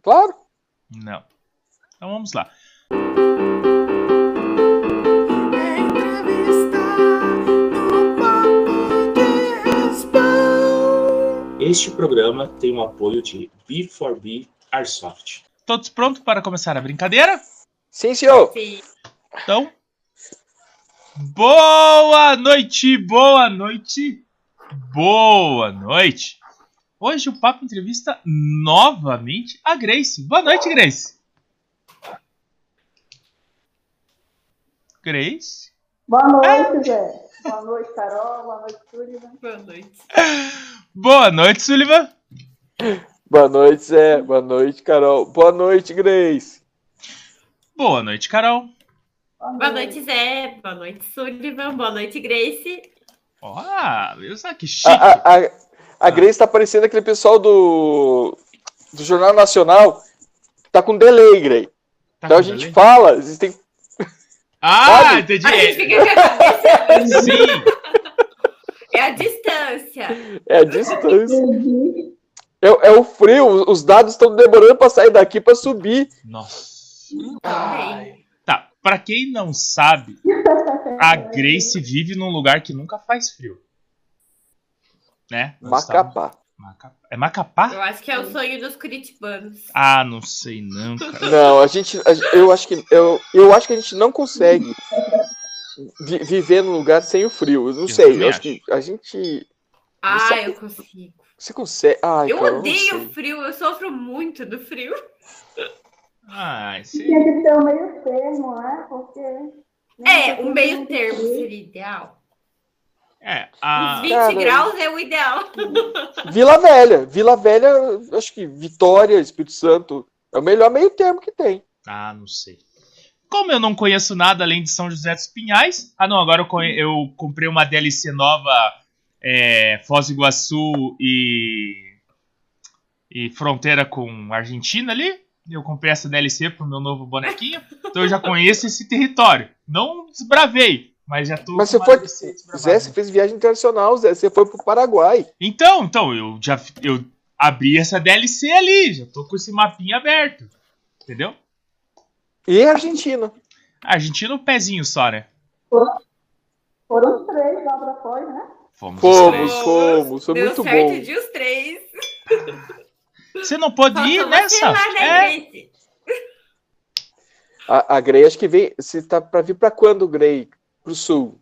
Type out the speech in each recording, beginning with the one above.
Claro. Não. Então vamos lá. Este programa tem o apoio de B4B Airsoft. Todos prontos para começar a brincadeira? Sim, senhor. Sim. Então, boa noite, boa noite, boa noite. Hoje o Papo entrevista novamente a Grace. Boa noite, Grace. Grace? Boa noite, Zé. Boa noite, Carol. Boa noite, Sullivan. Boa noite. Boa noite, Sullivan. Boa noite, Zé. Boa noite, Carol. Boa noite, Grace. Boa noite, Carol. Boa noite, Zé. Boa noite, Sullivan. Boa noite, Grace. Ó, viu só que chique. A Grace tá parecendo aquele pessoal do Jornal Nacional. Tá com delay, Grace. Tá Então com a gente delay? fala, vocês têm... Ah, entendi. A gente fica com a cabeça. Sim. É a distância. É a distância. É o frio, os dados estão demorando pra sair daqui pra subir. Nossa. Também. Tá, pra quem não sabe, a Grace vive num lugar que nunca faz frio. Né? Nós Macapá. É Macapá? Eu acho que é o sonho dos curitibanos. Ah, não sei não, cara. Não, eu acho que a gente não consegue viver num lugar sem o frio. Eu não sei, também eu acho que a gente... Ah, eu consigo. Você consegue... Ai, Eu Carol, odeio não o sei. frio, eu sofro muito do frio. Ah, sim. Tinha que ter um meio termo, né? Porque... É, o meio termo seria ideal. É, Uns 20 Cara, graus é o ideal. Vila Velha, acho que Vitória, Espírito Santo, é o melhor meio termo que tem. Ah, não sei. Como eu não conheço nada além de São José dos Pinhais... Ah, não, agora eu comprei uma DLC nova, Foz do Iguaçu e fronteira com a Argentina ali. Eu comprei essa DLC pro meu novo bonequinho. Então eu já conheço esse território. Não desbravei, mas já tô... Mas com você uma foi... DLC desbravada. Zé, você fez viagem internacional, Zé, você foi pro Paraguai. Então, eu abri essa DLC ali. Já tô com esse mapinha aberto. Entendeu? E a Argentina. Argentina, o pezinho só, né? Foram 3 lá pra fora, né? Fomos os Fomos, três. fomos, foi Deu muito certo bom. de os 3. Você não pôde ir Faltou nessa? você lá, né, Grace? A Grey, acho que vem... Você tá pra vir pra quando, Grey? Pro sul?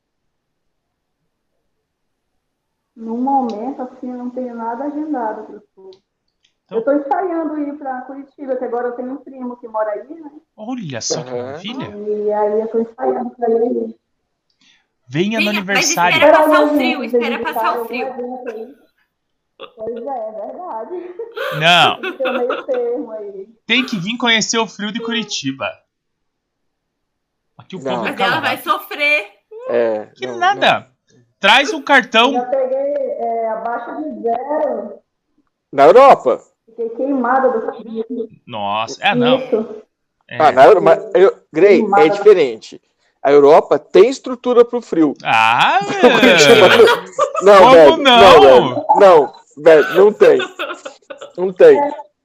No momento, assim, eu não tenho nada agendado pro sul. Então- Eu tô ensaiando ir pra Curitiba, que agora eu tenho um primo que mora aí, né? Olha só que Aham. maravilha. E aí eu tô ensaiando pra ele. Venha no Venha, mas aniversário. espera passar o Pra frio, gente espera visitar passar o algum frio. evento aí. Pois é verdade. Não, Tem que ter um meio termo aí. tem que vir conhecer o frio de Curitiba. Aqui o Não. povo é Mas ela vai calado. sofrer. Que Não, nada. Traz o cartão. Já peguei abaixo de 0, não. Na Europa? fiquei queimada do frio. Nossa, não. Isso. É. Na Europa, Grey, é diferente. A Europa tem estrutura pro frio. Ah, Não, Como velho. não? Velho. Não, velho, não tem. Não tem.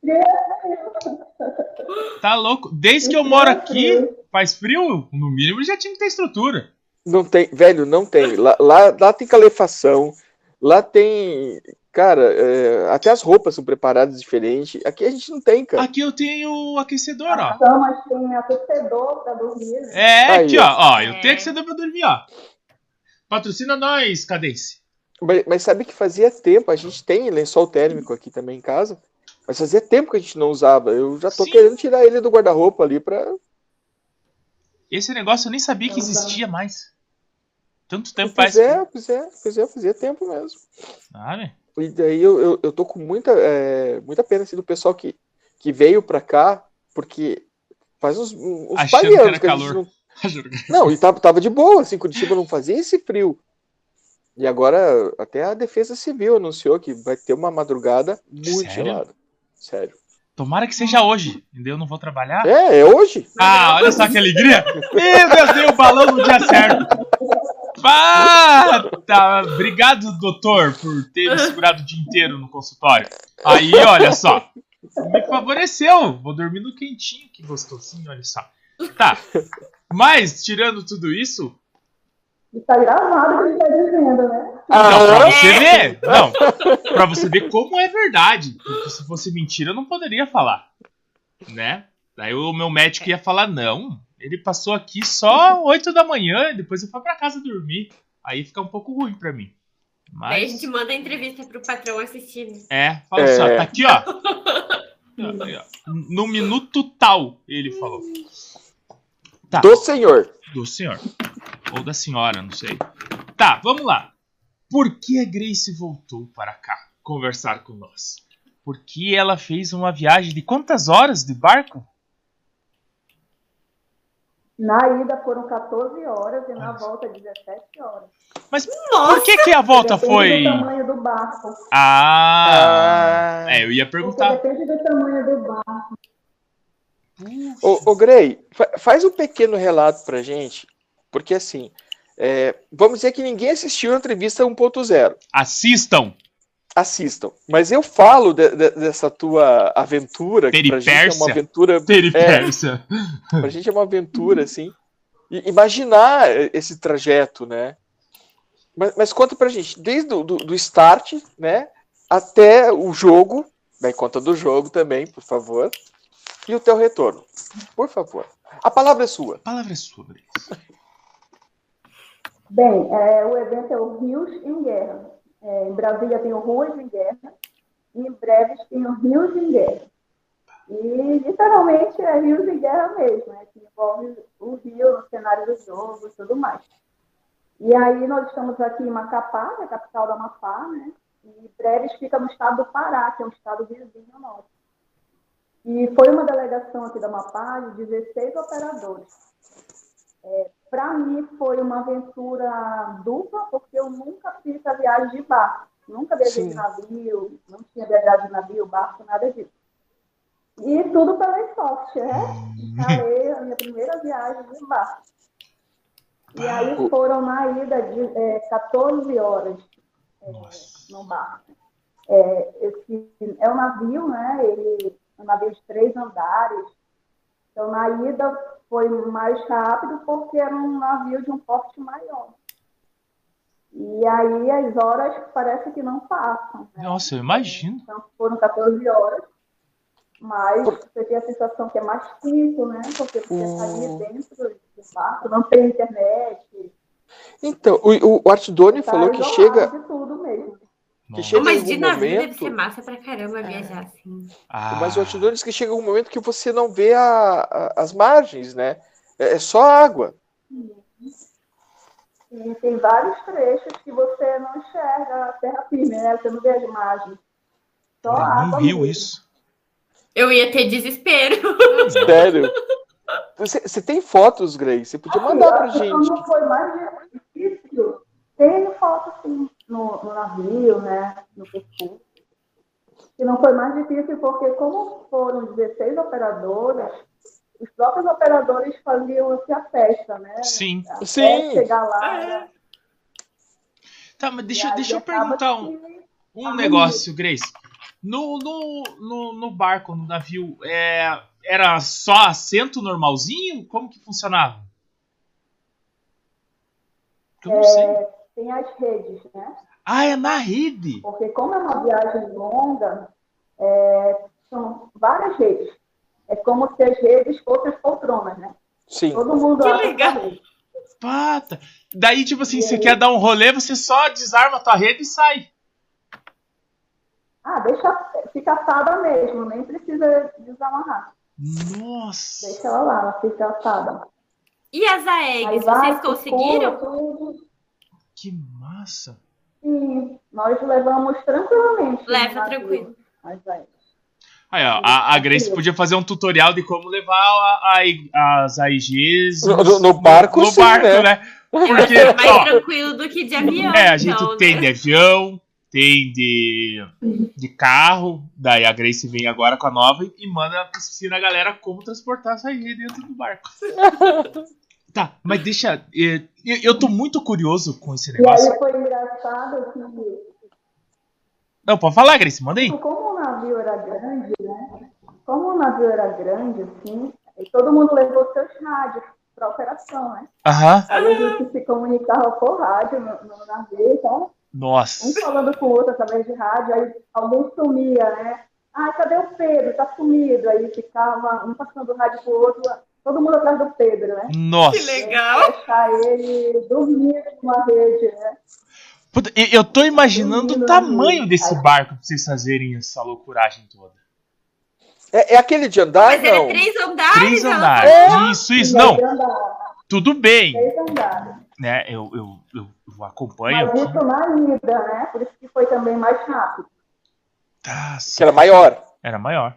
tá louco. Desde que eu moro aqui, faz frio, no mínimo já tinha que ter estrutura. Não tem, velho, não tem. Lá tem calefação. Lá tem. Cara, até as roupas são preparadas diferente. Aqui a gente não tem, cara. Aqui eu tenho aquecedor, ó. Então, mas tem aquecedor pra dormir. Né? É, Aí, aqui, ó. ó. Eu É. tenho aquecedor pra dormir, ó. Patrocina nós, Cadence. Mas sabe que fazia tempo, a gente tem lençol térmico aqui também em casa, mas fazia tempo que a gente não usava. Eu já tô Sim. querendo tirar ele do guarda-roupa ali pra... Esse negócio eu nem sabia que existia mais. Tanto tempo Pois faz. é, fazia tempo mesmo. Sabe? E daí eu tô com muita pena assim, do pessoal que veio pra cá, porque faz uns Achando par de que anos era que a calor. gente não, e tava de boa, assim, Curitiba não fazia esse frio. E agora até a Defesa Civil anunciou que vai ter uma madrugada muito Sério? gelada. Sério. Tomara que seja hoje. Entendeu? Eu não vou trabalhar. É hoje. Ah, olha só que alegria. Meu Deus, dei o balão no dia certo. Ah, tá. Obrigado, doutor, por ter me segurado o dia inteiro no consultório. Aí, olha só. Me favoreceu. Vou dormir no quentinho, que gostosinho, olha só. Tá. Mas, tirando tudo isso... Está gravado o que ele está dizendo, né? Não, pra você ver. Não, pra você ver como é verdade. Porque se fosse mentira, eu não poderia falar. Né? Daí o meu médico ia falar, não, ele passou aqui só 8 da manhã e depois eu fui pra casa dormir. Aí fica um pouco ruim pra mim. Mas... Daí a gente manda a entrevista pro patrão assistir. Fala assim, ó, tá aqui, ó. Aí, ó. No minuto tal, ele falou. Tá. Do senhor. Do senhor. Ou da senhora, não sei. Tá, vamos lá. Por que a Grace voltou para cá conversar com nós? Porque ela fez uma viagem de quantas horas de barco? Na ida foram 14 horas e na volta 17 horas. Mas por que a volta foi... Depende do tamanho do barco. Eu ia perguntar. Depende do tamanho do barco. Ô Grey, faz um pequeno relato pra gente, porque assim, vamos dizer que ninguém assistiu a entrevista 1.0. Assistam. Mas eu falo dessa tua aventura, que pra gente é uma aventura... Peripécia. Pra gente é uma aventura, assim. E imaginar esse trajeto, né? Mas conta pra gente, desde do start, né? Até o jogo, dá conta do jogo também, por favor. E o teu retorno, por favor. A palavra é sua. A palavra é sua, Grace. Bem, o evento é o Rios em Guerra. Em Brasília tem o Ruas em Guerra, e em Breves tem o Rios em Guerra. E, literalmente, é Rios em Guerra mesmo, né, que envolve o rio no cenário do jogo e tudo mais. E aí nós estamos aqui em Macapá, a capital do Amapá, né, e Breves fica no estado do Pará, que é um estado vizinho nosso. E foi uma delegação aqui do Amapá de 16 operadores. Para mim foi uma aventura dupla, porque eu nunca fiz a viagem de barco. Nunca viajei de navio, não tinha viajado de navio, barco, nada disso. E tudo pela Airsoft, né? Falei a minha primeira viagem de barco. E aí foram na ida de 14 horas no barco. Esse é um navio, né? Ele é um navio de 3 andares. Então, na ida foi mais rápido porque era um navio de um porte maior. E aí as horas parece que não passam. Né? Nossa, eu imagino. Então, foram 14 horas, mas você tem a sensação que é mais difícil, né? Porque você está ali dentro do barco, não tem internet. Então, o Artidone falou que chega... de tudo mesmo. Que chega mas de algum navio momento... deve ser massa pra caramba viajar assim. Mas o Artidone diz que chega um momento que você não vê as margens, né? É só água. E tem vários trechos que você não enxerga a terra firme, né? Você não vê as margens. Só água. Não viu isso? Eu ia ter desespero. Sério? Você tem fotos, Grace? Você podia mandar pra gente. Não foi mais difícil. Tenho foto, sim, no navio, né? No percurso. E não foi mais difícil porque, como foram 16 operadores, os próprios operadores faziam a festa, né? Sim. Até Sim. chegar lá. Tá, mas deixa eu perguntar um negócio, Grace. No barco, no navio, era só assento normalzinho? Como que funcionava? Eu não sei. Tem as redes, né? É na rede? Porque como é uma viagem longa, são várias redes. É como se as redes fossem as poltronas, né? Sim. Todo mundo Que acha legal. a rede. Pata. Daí, tipo assim, você quer dar um rolê, você só desarma a tua rede e sai. Fica assada mesmo, nem precisa desamarrar. Nossa. Deixa ela lá, ela fica assada. E as AEGs, vocês conseguiram? Tudo. Que massa. Sim, nós levamos tranquilamente. Leva tranquilo. As AEGs. Aí, ó, a Grace podia fazer um tutorial de como levar as AIGs no barco, no sim, barco, né? Porque, É mais tranquilo do que de avião. a gente então, tem né? de avião, tem de carro, daí a Grace vem agora com a nova e ensina a galera como transportar essa AIG dentro do barco. Tá, mas deixa... Eu tô muito curioso com esse negócio. E aí foi engraçado que... Não, pode falar, Grace, manda aí. Como o navio era grande, né? como o navio era grande, assim, e todo mundo levou seus rádios para operação, né? Aham. Aí a gente se comunicava por rádio no navio, então, um Nossa. falando com o outro através de rádio, aí alguém sumia, né? Ah, cadê o Pedro? Tá sumido. Aí ficava um passando o rádio pro outro, todo mundo atrás do Pedro, né? Que Nossa. legal. Deixar ele dormindo numa rede, né? Puta, eu tô imaginando o Dormindo na tamanho rede. desse Aí, barco pra vocês fazerem essa loucuragem toda. É aquele de andar, Mas era não? 3 andares, 3 ela andares. falou. Isso, não. Tudo bem. 3 andares. Né? Eu acompanho Mas aqui. isso na ida, né? Por isso que foi também mais rápido. Tá, Que era maior. era maior.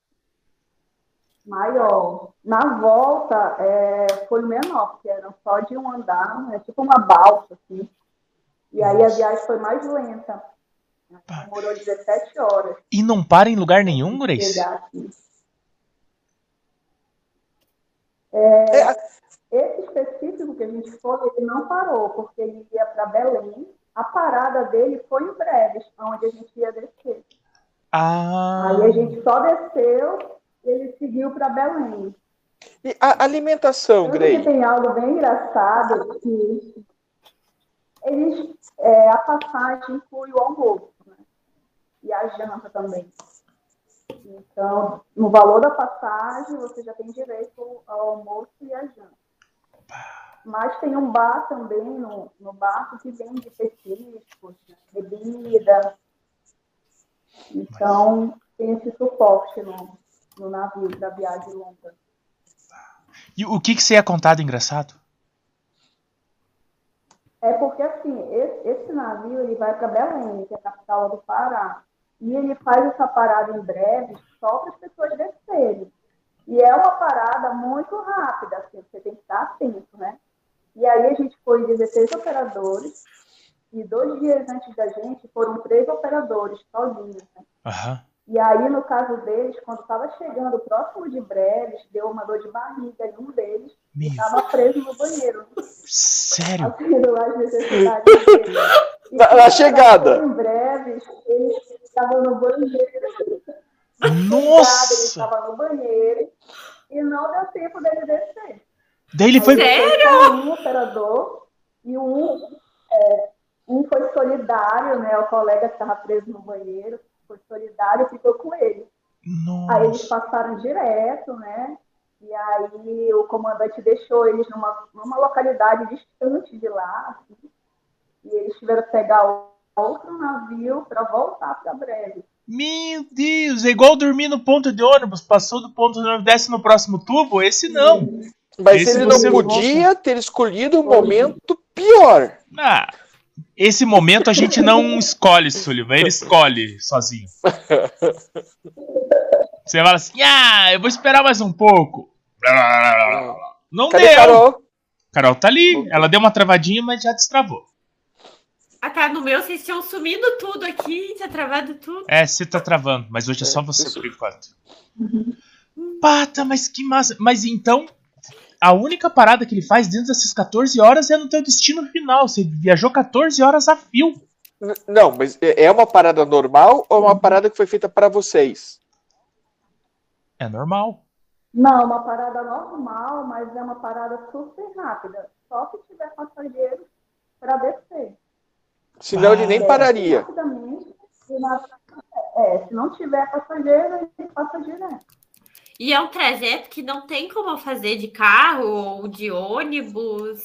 Maior. Na volta foi menor, porque era só de um andar, né? Tipo uma balsa, assim. E aí a viagem foi mais lenta. Demorou 17 horas. E não para em lugar nenhum, Grace? Chegar aqui. Esse específico que a gente foi, ele não parou, porque ele ia para Belém. A parada dele foi em Breves, onde a gente ia descer. Ah. Aí a gente só desceu e ele seguiu para Belém. E a alimentação, Tanto que Grey? tem algo bem engraçado que eles, a passagem inclui o almoço, né? E a janta também. Então, no valor da passagem, você já tem direito ao almoço e à janta. Mas tem um bar também no barco que vende petiscos, né? Bebida. Então, tem esse suporte no navio para viagem longa. E o que você ia contar de engraçado? É porque, assim, esse navio ele vai para Belém, que é a capital do Pará. E ele faz essa parada em breve só para as pessoas descerem. E é uma parada muito rápida, assim, você tem que estar atento, né? E aí a gente foi 16 operadores, e 2 dias antes da gente foram 3 operadores sozinhos, né? Aham. E aí, no caso deles, quando estava chegando próximo de Breves, deu uma dor de barriga em um deles e estava preso no banheiro. Sério? Fazendo as necessidades dele. E Na chegada. Em Breves, eles estavam no banheiro. Ele Nossa! estava no banheiro e não deu tempo dele descer. Daí ele foi... Sério? Um operador e um foi solidário, né? O colega que estava preso no banheiro foi solidário e ficou com ele. Nossa. Aí eles passaram direto, né? E aí o comandante deixou eles numa localidade distante de lá, assim, e eles tiveram que pegar outro navio para voltar para Breves. Meu Deus, é igual dormir no ponto de ônibus, passou do ponto de ônibus, desce no próximo tubo, esse não. Mas Esse ele não você podia ter escolhido um momento pior. Ah, esse momento a gente não escolhe, Sullivan, ele escolhe sozinho. Você fala assim, eu vou esperar mais um pouco. Não Cadê deu. Carol? Carol tá ali, ela deu uma travadinha, mas já destravou. Ah, tá, no meu vocês tinham sumido tudo aqui, tinha travado tudo. Você tá travando, mas hoje é só você isso. por enquanto. Pata, mas que massa. Mas então, a única parada que ele faz dentro dessas 14 horas é no teu destino final. Você viajou 14 horas a fio. Não, mas é uma parada normal ou uma parada que foi feita para vocês? É normal. Não, uma parada normal, mas é uma parada super rápida. Só se tiver passageiro para descer. Senão ele nem pararia. Rapidamente, se não tiver passageiro, ele passa direto. E é um trajeto que não tem como fazer de carro ou de ônibus.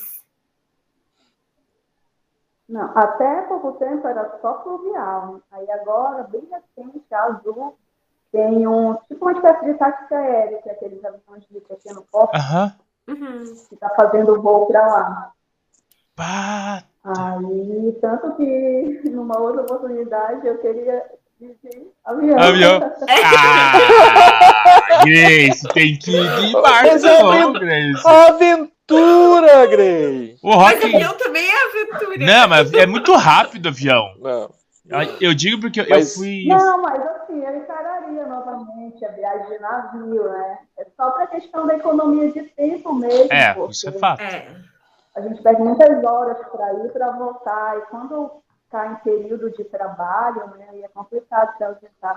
Não, até pouco tempo era só fluvial. Aí agora, bem recente, a Azul tem tipo uma espécie de táxi aéreo, que é aqueles aviões de pequeno porte, Aham. que está fazendo voo para lá. Pata. Aí, tanto que numa outra oportunidade eu queria dirigir avião. Grace, tem que ir de barco, não, Grace. Aventura, Grey! O Mas Rock... avião também é aventura. Não, mas é muito rápido o avião. Não. Eu digo porque Mas- eu fui... Não, mas assim, eu encararia novamente a viagem de navio, né? É só para questão da economia de tempo mesmo. porque isso é fato. a gente perde muitas horas para ir para voltar. E quando está em período de trabalho, né, aí é complicado se ausentar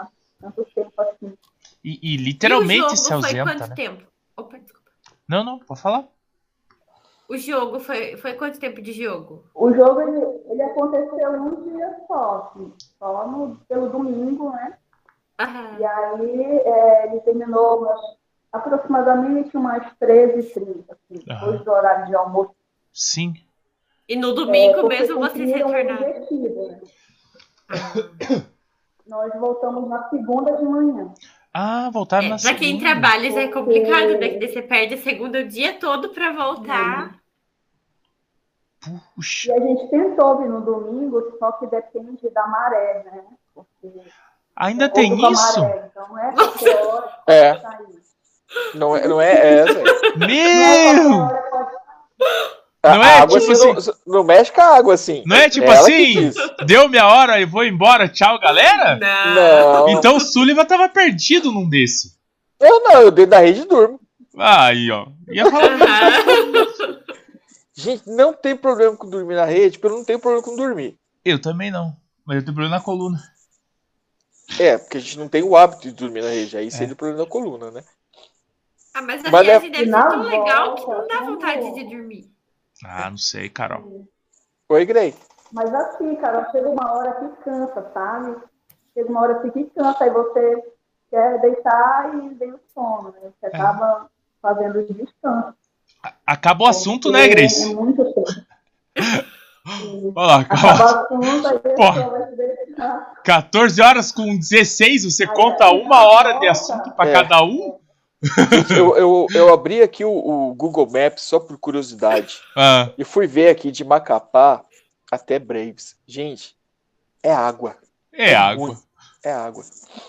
tanto tempo assim. E literalmente E o se jogo foi ausenta, quanto né? tempo? Opa, desculpa. Não, pode falar. O jogo foi quanto tempo de jogo? O jogo, ele aconteceu um dia só, assim, pelo domingo, né? Aham. E aí ele terminou aproximadamente umas 13h30, assim, depois do horário de almoço. Sim. E no domingo Porque mesmo vocês cumpriram o retornaram. objetivo, né? Ah. Nós voltamos na segunda de manhã. Ah, voltaram na Pra quem segunda. trabalha isso é complicado, né? Que daí você perde a segunda o dia todo pra voltar. E Puxa. a gente tentou vir no domingo, só que depende da maré, né? Porque Ainda é tem pouco com a isso? maré, então não é qualquer hora que É. pode sair. Não é essa. Não é qualquer Meu! hora que pode sair. Não A é água tipo assim, assim. não mexe com a água assim. Não é tipo Ela que assim, diz. deu minha hora e vou embora, tchau, galera? Não. Então o Sullivan tava perdido num desse. Eu dentro da rede durmo. Aí, ó. Ia falar. Aham. Gente, não tem problema com dormir na rede, porque eu não tenho problema com dormir. Eu também não. Mas eu tenho problema na coluna. Porque a gente não tem o hábito de dormir na rede. Aí seria o problema da coluna, né? Ah, mas a Mas viagem deve E ser na tão legal que volta, não dá quando- vontade de dormir. Ah, não sei, Carol. Oi, Grey. Mas assim, cara, chega uma hora que cansa, sabe? Chega uma hora assim que cansa, aí você quer deitar e vem o sono, né? Você acaba fazendo o descanso. Acaba o assunto, né, Porque Grace? É muito tempo. Olha lá, Acaba Carol. o assunto, aí a Porra. pessoa vai se deitar. 14 horas com 16, você Aí conta vai uma ficar hora de volta. assunto pra É. cada um? Gente, eu abri aqui o Google Maps só por curiosidade. Ah, E fui ver aqui de Macapá até Braves. Gente, é água. é água. muito. É água.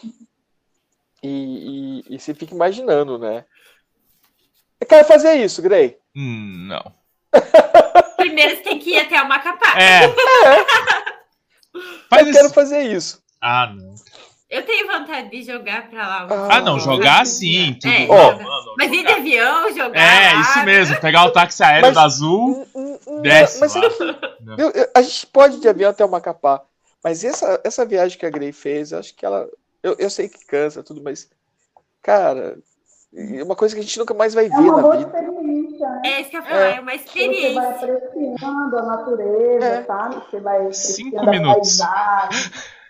E você fica imaginando, né? Eu quero fazer isso, Grey. Não. Primeiro você tem que ir até o Macapá. É. Faz Eu quero isso. fazer isso. Ah, não. Eu tenho vontade de jogar pra lá. Ah, não, jogar sim, tudo. É, Ó. jogar. Mas ir de avião, jogar É, lá, isso mesmo. Pegar o táxi aéreo Mas- da Azul, desce Mas lá. aqui, a gente pode ir de avião até o Macapá. Mas essa viagem que a Grey fez, eu acho que ela. Eu sei que cansa tudo, mas. Cara, é uma coisa que a gente nunca mais vai É ver uma na boa vida. experiência, né? É isso que eu ia falar, é uma Você vai experiência. apreciando a natureza, É. sabe? Você vai 5 apreciando a minutos. paisagem.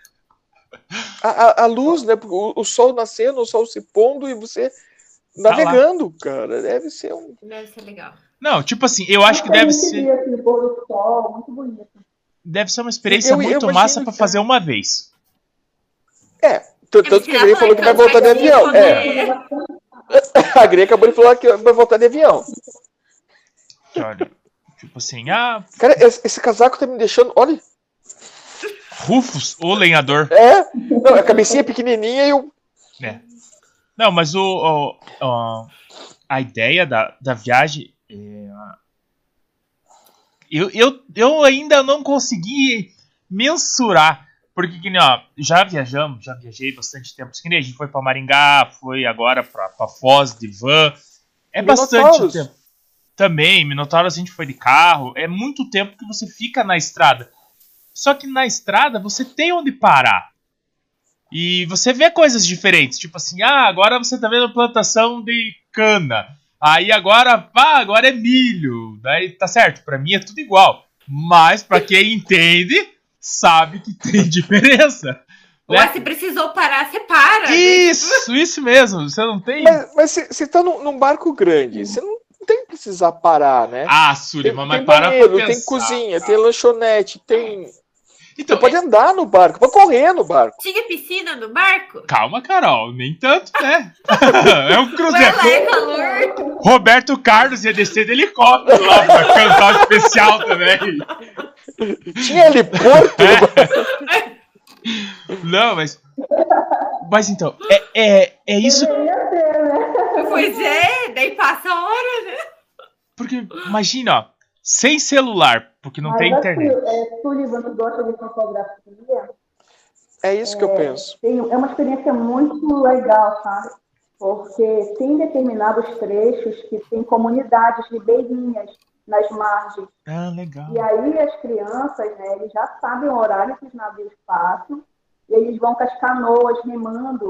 A luz, né? Porque o sol nascendo, o sol se pondo e você Tá lá. navegando, cara. Deve ser um. Deve ser legal. Não, tipo assim, eu acho que deve ser, Dia, assim, pôr do sol, muito bonito. deve ser uma experiência Eu muito imagino massa pra que- fazer uma vez. Tanto que a Grey falou que vai voltar de avião. A Grey acabou de falar que vai voltar de avião. Olha, tipo assim, Cara, esse casaco tá me deixando. Olha. Rufus, o lenhador. Não, a cabecinha pequenininha e o. É. Não, mas a ideia da viagem. Eu ainda não consegui mensurar. Porque, que nem, ó, já viajei bastante tempo. Que nem a gente foi pra Maringá, foi agora pra Foz de van. É bastante Minotauros. tempo. Também, Minotauros a gente foi de carro. É muito tempo que você fica na estrada. Só que na estrada você tem onde parar. E você vê coisas diferentes. Tipo assim, agora você tá vendo plantação de cana. Aí agora é milho. Daí tá certo, pra mim é tudo igual. Mas pra quem entende, sabe que tem diferença. Ou se precisou parar, você para. Isso mesmo. Você não tem. Mas você tá num barco grande. Você não tem que precisar parar, né? Sullivan, mas tem para banheiro, pra pensar. tem cozinha, tem lanchonete, tem. Então, Você pode andar no barco, pode correr no barco. Tinha piscina no barco? calma, Carol. Nem tanto, né? É um Ué, cruzeiro. lá é calor. Roberto Carlos ia descer de helicóptero lá pra cantar o especial também. Tinha heliporto no barco. Não, mas então, é isso. Deveria ter, né? Pois é, daí passa a hora, né? Porque, imagina, ó, sem celular, porque não tem internet. Sullivan, que gosta de fotografia, É isso que eu penso. é uma experiência muito legal, sabe? Porque tem determinados trechos que tem comunidades ribeirinhas nas margens. Legal. E aí as crianças, né, eles já sabem o horário que os navios passam, e eles vão com as canoas remando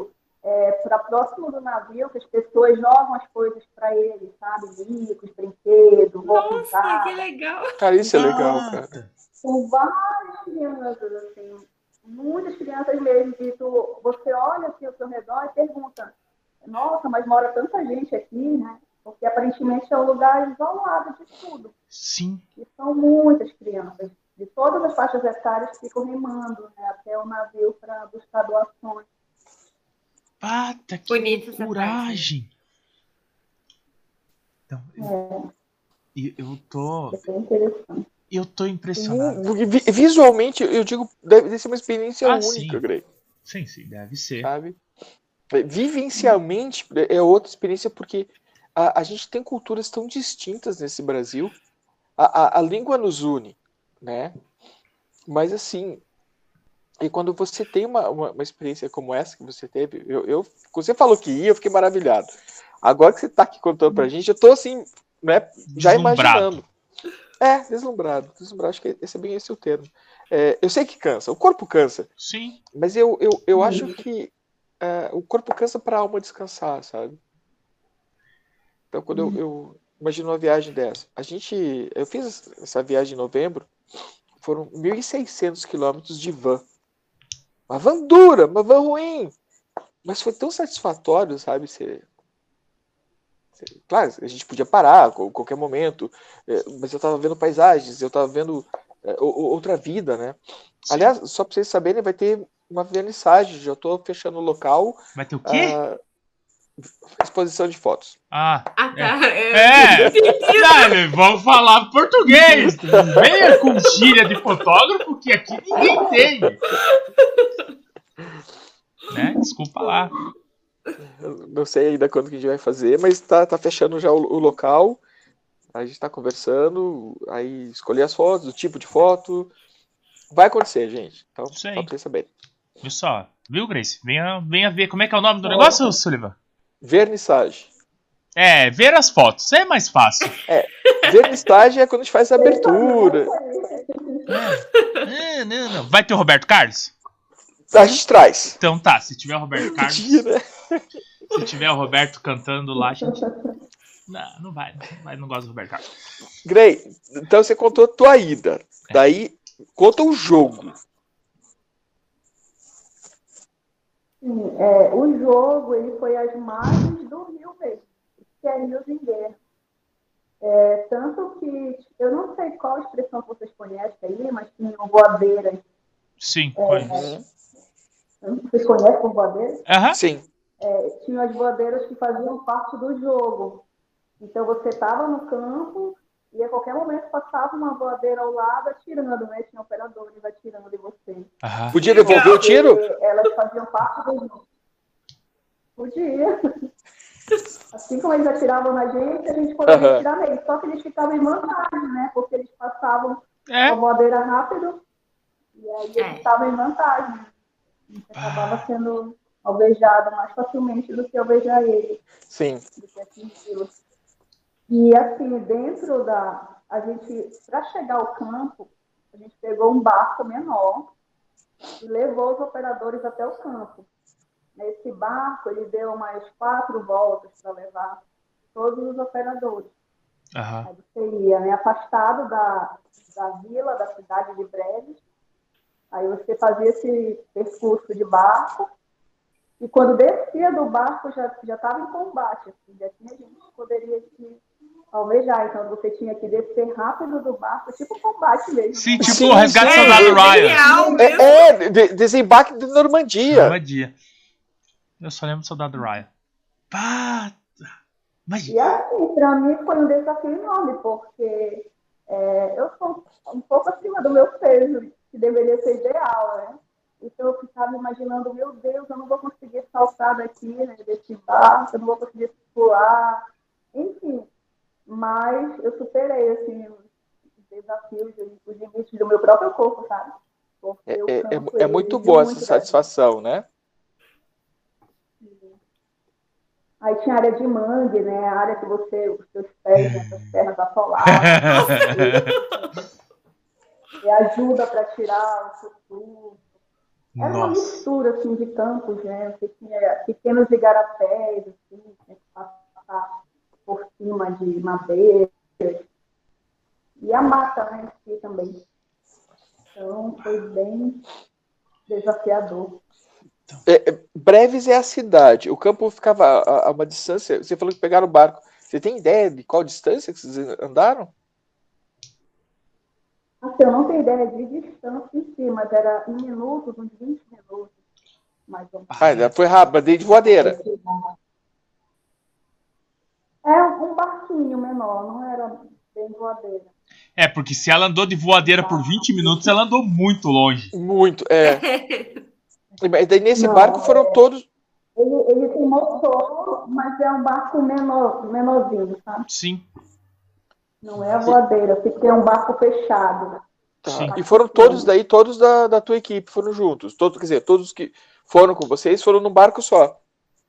para próximo do navio, que as pessoas jogam as coisas para eles, sabe? Livros, brinquedos, roupa Nossa, que usada. legal. Cara, isso é legal, cara. Com várias crianças, assim, muitas crianças mesmo, que você olha assim ao seu redor e pergunta, nossa, mas mora tanta gente aqui, né? Porque aparentemente é um lugar isolado de tudo. Sim. E são muitas crianças, de todas as faixas etárias, que ficam remando, né, até o navio para buscar doações. Pata, que Bonita essa coragem. Então, eu tô. É bem interessante. Eu tô impressionado. Visualmente, eu digo, deve ser uma experiência única, sim. Grey. Sim, deve ser. Sabe? Vivencialmente é outra experiência, porque a gente tem culturas tão distintas nesse Brasil. A língua nos une, né? Mas assim, e quando você tem uma experiência como essa que você teve, você falou que ia, eu fiquei maravilhado. Agora que você tá aqui contando pra gente, eu tô assim, né, já imaginando. Deslumbrado. Acho que esse é bem esse o termo. Eu sei que cansa, o corpo cansa. Sim. Mas eu acho que o corpo cansa pra alma descansar, sabe? Então, quando eu imagino uma viagem dessa, eu fiz essa viagem em novembro, foram 1.600 quilômetros de van. Uma van dura, uma van ruim. Mas foi tão satisfatório, sabe? Claro, a gente podia parar a qualquer momento, mas eu tava vendo paisagens, eu tava vendo outra vida, né? Sim. Aliás, só pra vocês saberem, vai ter uma vernissagem, já tô fechando o local. Vai ter o quê? Exposição de fotos. Tá. Vamos falar português. Venha com gíria de fotógrafo, que aqui ninguém entende. Né? Desculpa lá. Não sei ainda quando que a gente vai fazer, mas tá fechando já o local. A gente tá conversando, aí escolher as fotos, o tipo de foto. Vai acontecer, gente. Então, só pra vocês saberem. Viu só? Viu, Grace? Venha ver. Como é que é o nome do negócio, Sullivan? Vernissagem. Ver as fotos. É mais fácil. Vernissagem é quando a gente faz a abertura. Não. Vai ter o Roberto Carlos? A gente traz. Então tá, se tiver o Roberto Carlos. Mentira. Se tiver o Roberto cantando lá, a gente. Não vai, não gosto do Roberto Carlos. Grey, então você contou a tua ida. Daí, conta o jogo. Sim, o jogo ele foi às margens do rio mesmo, que é Rios em Guerra. Tanto que, eu não sei qual expressão que vocês conhecem aí, mas tinham voadeiras. Sim, conheço. Vocês conhecem por voadeiras? Sim. Tinham as voadeiras que faziam parte do jogo. Então você estava no campo e a qualquer momento passava uma voadeira ao lado atirando, né? Tinha operadores atirando em você. Podia devolver o tiro? Elas faziam parte do jogo. Podia. Assim como eles atiravam na gente, a gente poderia atirar neles. Só que eles ficavam em vantagem, né? Porque eles passavam a voadeira rápido e aí eles estavam em vantagem. A gente acabava sendo alvejado mais facilmente do que alvejar ele. Sim. Do que atingi-lo. E assim, dentro a gente, para chegar ao campo, a gente pegou um barco menor e levou os operadores até o campo. Nesse barco, ele deu umas 4 voltas para levar todos os operadores. Aí você ia, né, afastado da vila, da cidade de Breves. Aí você fazia esse percurso de barco. E quando descia do barco, já estava em combate. Assim, já tinha gente que poderia se alvejar. Então você tinha que descer rápido do barco, tipo combate mesmo. Sim, tipo o resgate soldado Ryan. Desembarque de Normandia. Eu só lembro do soldado Ryan. Pá! E assim, para mim foi um desafio enorme, porque eu sou um pouco acima do meu peso, que deveria ser ideal, né? Então eu ficava imaginando, meu Deus, eu não vou conseguir saltar daqui, né, desse barco, eu não vou conseguir pular, enfim. Mas eu superei, assim, os desafios, os limites do meu próprio corpo, sabe? É muito boa essa satisfação, né? Aí tinha a área de mangue, né? A área que os seus pés, né, as pernas atolavam. E ajuda para tirar o susto. Era uma Nossa. mistura assim, de campos, né? Você tinha pequenos igarapés, assim, tinha que passar por cima de madeira. E a mata, né, em si também. Então, foi bem desafiador. Breves é a cidade. O campo ficava a uma distância. Você falou que pegaram o barco. Você tem ideia de qual distância que vocês andaram? Assim, eu não tenho ideia de distância em si, mas era em minutos, uns 20 minutos, mais ou menos. Foi rápido, dei de voadeira. É um barquinho menor, não era bem voadeira. É, porque se ela andou de voadeira por 20 minutos, ela andou muito longe. Muito, é. Mas daí nesse Não, barco foram todos. Ele tem motor, mas é um barco menorzinho, sabe? Sim. Não é a voadeira, porque é um barco fechado. Sim. E foram todos daí, todos da tua equipe foram juntos. Todos, quer dizer, todos que foram com vocês foram num barco só.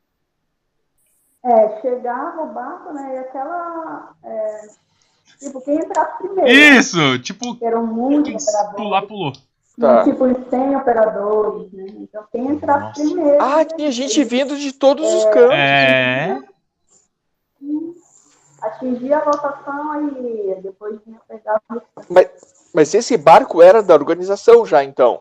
Chegava o barco, né? E aquela. Tipo, quem entrasse primeiro. Isso! Tipo, Eram muitos quem operadores. pular, pulou. Tá. Tipo, uns 100 operadores, né? Então, quem entrasse Nossa. primeiro. Ah, tinha gente vindo de todos os campos. É. Atingia a lotação, aí ia. Depois vinha pegar. Mas esse barco era da organização já, então.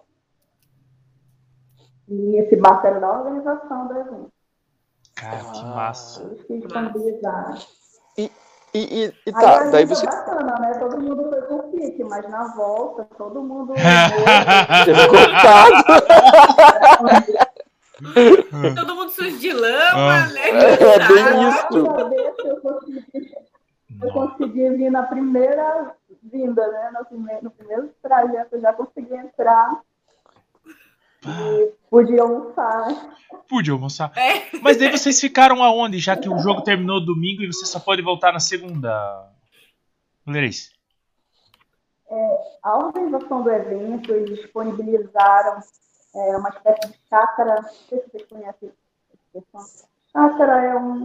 E esse barco era da organização do evento. Cara, que massa. Eles que disponibilizaram. E Aí tá, a daí gente você. é bacana, né? Todo mundo foi com pique, mas na volta, todo mundo. Teve contato. Todo mundo sujo de lama, né? É bem isso. Uma vez eu consegui vir na primeira vinda, né? No primeiro trajeto, eu já consegui entrar. E podia almoçar. Pude almoçar. Mas daí vocês ficaram aonde? Já que o jogo terminou domingo e você só pode voltar na segunda. Mulheres. A organização do evento, eles disponibilizaram uma espécie de chácara. Não sei se vocês conhecem a expressão. Chácara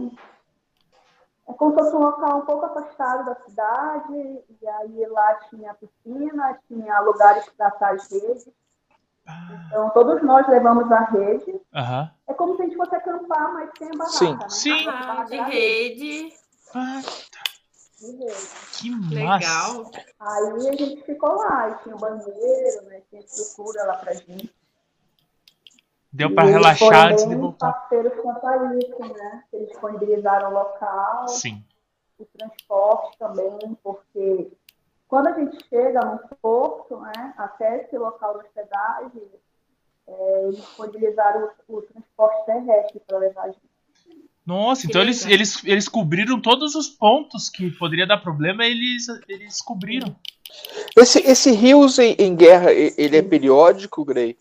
é como se fosse um local um pouco afastado da cidade, e aí lá tinha piscina, tinha lugares para assar as redes. Então, todos nós levamos a rede. Aham. É como se a gente fosse acampar, mas sem a barraca, Sim. né? Sim. De rede. De rede. Que massa. Legal. Aí a gente ficou lá, e tinha um banheiro, né? Tinha estrutura lá pra gente. Deu pra relaxar antes de voltar. Parceiros quanto a isso, né? Eles disponibilizaram o local, Sim. o transporte também, porque quando a gente chega no porto, né, até esse local de hospedagem, eles disponibilizaram o transporte terrestre para levar a gente. Nossa, então eles cobriram todos os pontos que poderia dar problema, eles cobriram. Esse Rios em Guerra, ele é periódico, Grey?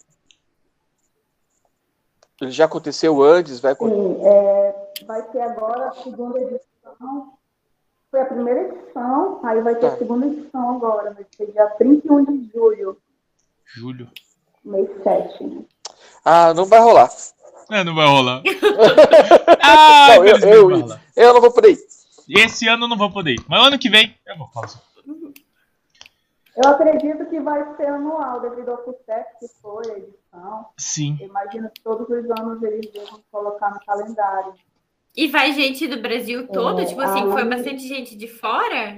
Ele já aconteceu antes? Vai Vai ter agora a segunda edição. Foi a primeira edição, aí vai ter a segunda edição agora. Vai ser dia 31 de julho. Julho. Mês 7, né? Ah, não vai rolar. Não vai rolar. Não, eu não vou poder ir. Esse ano eu não vou poder ir. Mas ano que vem eu vou fazer. Eu acredito que vai ser anual, devido ao sucesso que foi a edição. Sim. Eu imagino que todos os anos eles devem colocar no calendário. E vai gente do Brasil todo? Tipo assim, foi bastante gente de fora?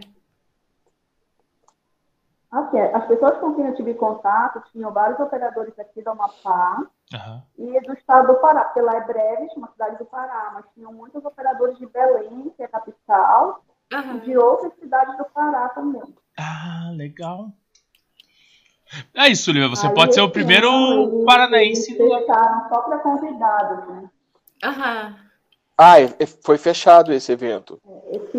Assim, as pessoas com quem eu tive contato tinham vários operadores aqui do Amapá e do estado do Pará, porque lá é Breves, uma cidade do Pará, mas tinham muitos operadores de Belém, que é a capital, e de outras cidades do Pará também. Ah, legal. É isso, Lívia, você pode ser o primeiro paranaense. Eles fecharam só para convidados, né? Foi fechado esse evento. Esse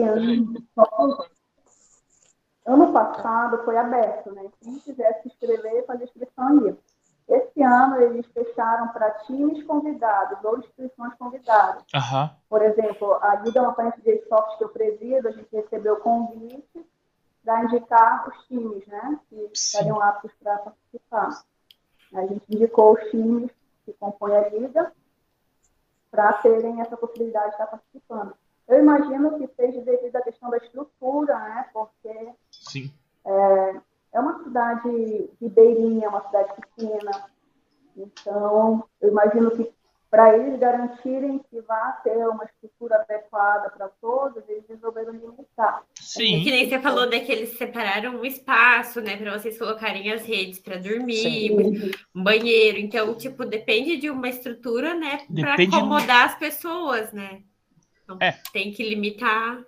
ano passado foi aberto, né? Quem quisesse se inscrever, fazer inscrição ia. Esse ano eles fecharam para times convidados ou instituições convidadas. Por exemplo, a Liga Amapá de Soft que eu presido, a gente recebeu convite para indicar os times, né? Que estariam aptos para participar. A gente indicou os times que compõem a Liga para terem essa possibilidade de estar participando. Eu imagino que seja devido à questão da estrutura, né? Porque é uma cidade ribeirinha, uma cidade pequena. Então, eu imagino que para eles garantirem que vai ter uma estrutura adequada para todos, eles resolveram limitar. Sim. Que nem você falou que eles separaram um espaço, né, para vocês colocarem as redes para dormir, um banheiro. Então, tipo, depende de uma estrutura, né, para acomodar as pessoas, né? Então, tem que limitar.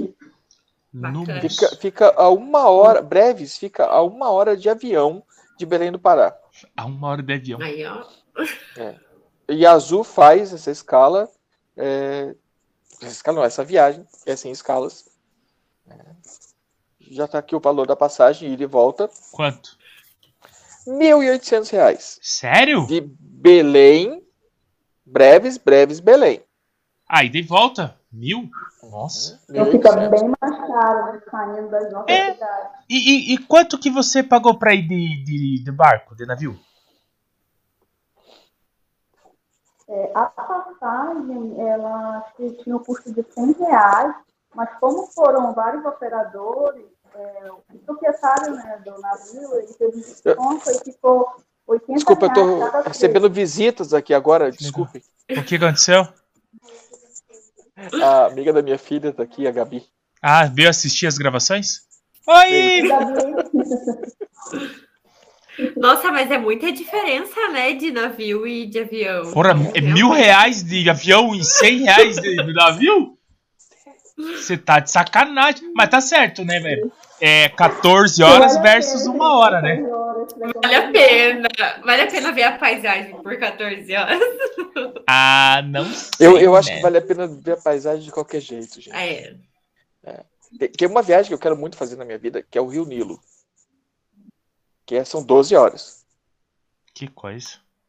Fica a 1 hora, Breves fica a 1 hora de avião de Belém do Pará. A 1 hora de avião. Aí, ó. E a Azul faz essa escala, essa viagem é sem escalas. Já está aqui o valor da passagem, ida e volta. Quanto? R$1.800. Sério? De Belém, Breves, Belém. Ah, ida e volta? 1.000? Nossa. Então fica bem mais caro, né, saindo das nossas cidades. E quanto que você pagou para ir de barco, de navio? A passagem, ela acho que tinha o custo de R$100, mas como foram vários operadores, o proprietário, né, do navio, ele teve desconto e ficou R$80. Desculpa, eu estou recebendo visitas aqui agora, desculpe. O que aconteceu? A amiga da minha filha está aqui, a Gabi. Ah, veio assistir as gravações? Oi! Nossa, mas é muita diferença, né, de navio e de avião. Porra, é R$1.000 de avião e R$100 de navio? Você tá de sacanagem. Mas tá certo, né, velho? 14 horas versus 1 hora, né? Vale a pena. Vale a pena ver a paisagem por 14 horas. Ah, não sei. Eu acho que vale a pena ver a paisagem de qualquer jeito, gente. Tem uma viagem que eu quero muito fazer na minha vida, que é o Rio Nilo. São 12 horas. Que coisa.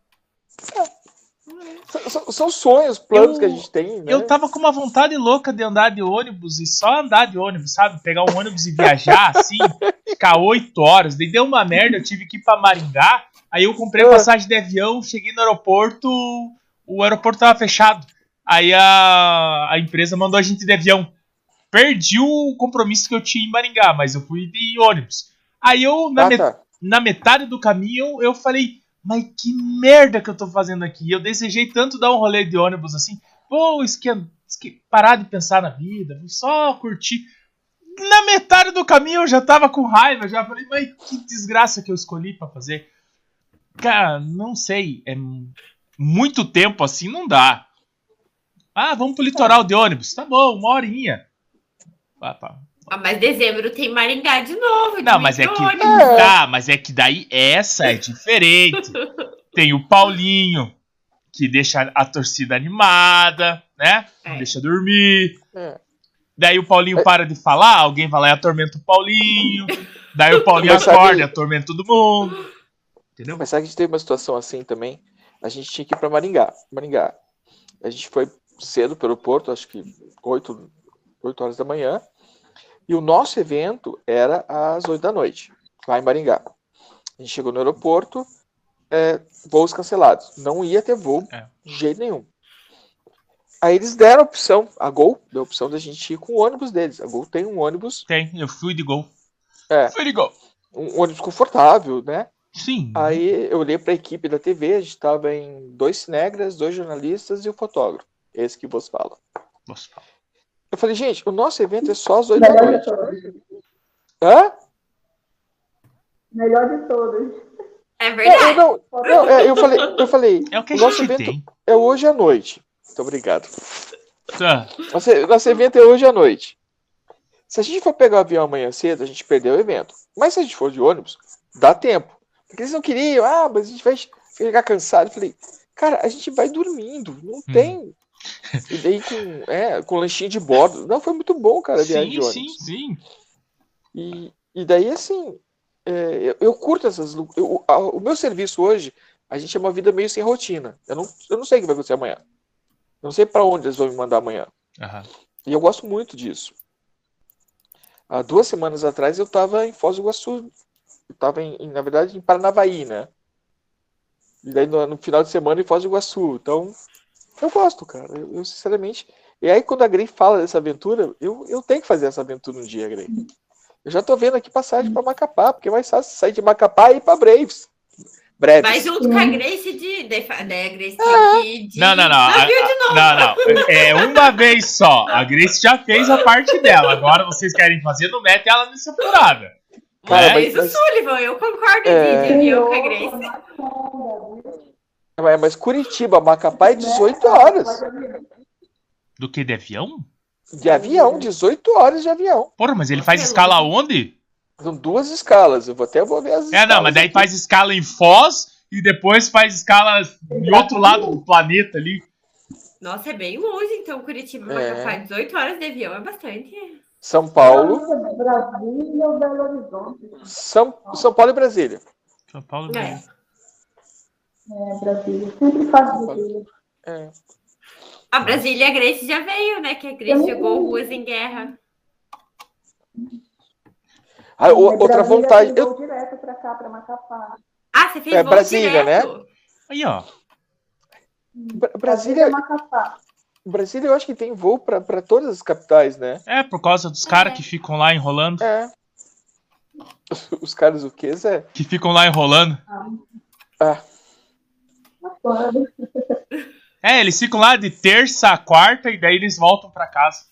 São sonhos, planos que a gente tem, né? Eu tava com uma vontade louca de andar de ônibus e só andar de ônibus, sabe? Pegar um ônibus e viajar, assim, ficar 8 horas. Daí deu uma merda, eu tive que ir pra Maringá. Aí eu comprei passagem de avião, cheguei no aeroporto, o aeroporto tava fechado. Aí a empresa mandou a gente de avião. Perdi o compromisso que eu tinha em Maringá, mas eu fui de ônibus. Aí eu, na metade do caminho, eu falei, mas que merda que eu tô fazendo aqui. Eu desejei tanto dar um rolê de ônibus assim, vou parar de pensar na vida, vou só curtir. Na metade do caminho eu já tava com raiva, já falei, mas que desgraça que eu escolhi pra fazer. Cara, não sei, é muito tempo assim, não dá. Ah, vamos pro litoral de ônibus, tá bom, 1 horinha. Mas dezembro tem Maringá de novo. Não, mas é que mas é que daí essa é diferente. Tem o Paulinho, que deixa a torcida animada, né? Não deixa dormir. Daí o Paulinho para de falar, alguém vai lá e atormenta o Paulinho. Daí o Paulinho acorda e atormenta todo mundo. Entendeu? Mas sabe que a gente teve uma situação assim também? A gente tinha que ir para Maringá. A gente foi cedo pelo aeroporto, acho que 8 horas da manhã. E o nosso evento era às 8 da noite, lá em Maringá. A gente chegou no aeroporto, voos cancelados. Não ia ter voo de jeito nenhum. Aí eles deram a opção, a Gol deu a opção da gente ir com o ônibus deles. A Gol tem um ônibus. Tem, eu fui de Gol. Fui de Gol. Um ônibus confortável, né? Sim. Aí eu olhei para a equipe da TV, a gente estava em 2 cinegras, 2 jornalistas e o fotógrafo. Esse que vos fala. Eu falei, gente, o nosso evento é só às 8 da noite. Melhor de todos. É verdade. Eu falei, é o que o nosso evento é hoje à noite. Muito obrigado. Nosso evento é hoje à noite. Se a gente for pegar o avião amanhã cedo, a gente perdeu o evento. Mas se a gente for de ônibus, dá tempo. Porque eles não queriam, mas a gente vai ficar cansado. Eu falei, cara, a gente vai dormindo, não tem... E daí com lanchinho de bordo. Não, foi muito bom, cara, a viagem de ônibus. Sim. E daí, assim, eu curto essas... O meu serviço hoje, a gente é uma vida meio sem rotina. Eu não sei o que vai acontecer amanhã. Eu não sei para onde eles vão me mandar amanhã. E eu gosto muito disso. Há 2 semanas atrás eu estava em Foz do Iguaçu. Eu estava, na verdade, em Paranavaí, né? E daí no final de semana em Foz do Iguaçu. Então... eu gosto, cara. Eu sinceramente... E aí, quando a Grey fala dessa aventura, eu tenho que fazer essa aventura um dia, Grey. Eu já tô vendo aqui passagem para Macapá, porque é mais fácil sair de Macapá e ir para Braves. breves. Vai junto com a Grace daí a Grace tem que Não. navio de novo. Não. É uma vez só. A Grace já fez a parte dela. Agora vocês querem fazer, não mete ela nessa furada. Cara, Mas o Sullivan, eu concordo de avião com a Grace. Mas Curitiba, Macapá é 18 horas. Do que, de avião? De avião, 18 horas de avião. Porra, mas ele faz escala onde? São 2 escalas. Eu vou ver as escalas. Não, mas daí aqui. faz escala em Foz e depois faz escala em outro lado do planeta ali. Nossa, é bem longe, então, Curitiba, Macapá. 18 horas de avião é bastante. São Paulo. Brasília ou Belo Horizonte? São Paulo e Brasília. São Paulo É. Brasília. Sempre faz Brasília. A Brasília, a Grace já veio, né? Que a Grace jogou Ruas em Guerra. Outra vontade. Eu vou direto pra cá, pra Macapá. Ah, você fez voo Brasília, direto? né? Aí, ó. Brasília, Macapá. Brasília, eu acho que tem voo para todas as capitais, né? É, por causa dos caras que ficam lá enrolando. É. Os caras o quê, Zé? Que ficam lá enrolando. É, eles ficam lá de terça a quarta e daí eles voltam pra casa.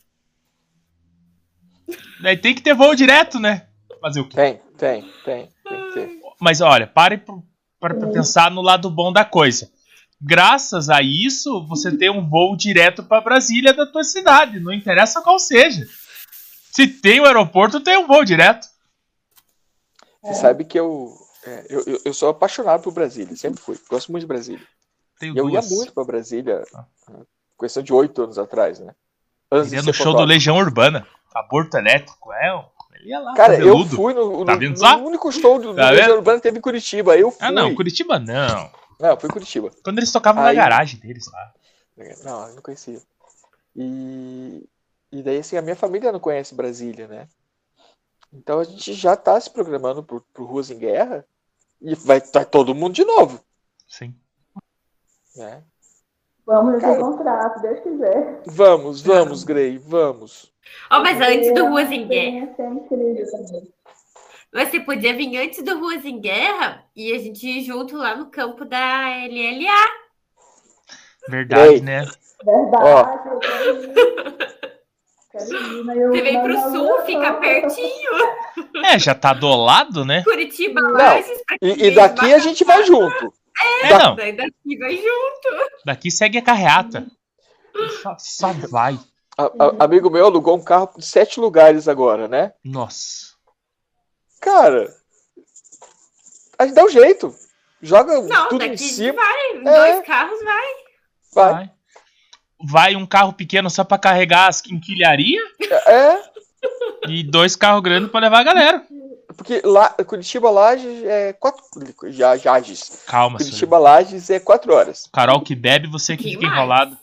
Daí tem que ter voo direto, né? Fazer o quê? Tem que ter. Mas olha, pare para pensar no lado bom da coisa. Graças a isso, você tem um voo direto para Brasília da tua cidade. Não interessa qual seja. Se tem o aeroporto, tem um voo direto. Você sabe que eu sou apaixonado por Brasília. Sempre fui. Gosto muito de Brasília. Eu ia muito para Brasília. Questão de 8 anos atrás, né? Ele ia no show do Legião Urbana. Aborto elétrico. Ele ia lá. Cara, cabeludo. eu fui no único show do Legião Urbana que teve em Curitiba. Eu fui. Ah, não. Curitiba não. Não, foi em Curitiba. Quando eles tocavam na garagem deles lá. Não, eu não conhecia. E daí, assim, a minha família não conhece Brasília, né? Então a gente já tá se programando pro Ruas em Guerra e vai estar todo mundo de novo. Sim. Né? Vamos nos encontrar, se Deus quiser. Vamos, Grey, vamos. Mas antes do Ruas em Guerra. Também. Você podia vir antes do Ruas em Guerra e a gente ir junto lá no campo da LLA. Verdade, né? Verdade, eu quero ir. Você vem pro sul, fica pertinho. Já tá do lado, né? Curitiba, Lages. E daqui a gente vai junto. Não. Daí daqui vai junto. Daqui segue a carreata. Só vai. Amigo meu alugou um carro de 7 lugares agora, né? Nossa. Cara, a gente dá um jeito. Joga tudo em cima. Vai, 2 carros Vai. Vai um carro pequeno só pra carregar as quinquilharias. E 2 carros grandes pra levar a galera. Porque lá, Curitiba Lages é 4. Lages. Calma, Curitiba Lages é 4 horas. Carol que bebe, você que fica enrolado.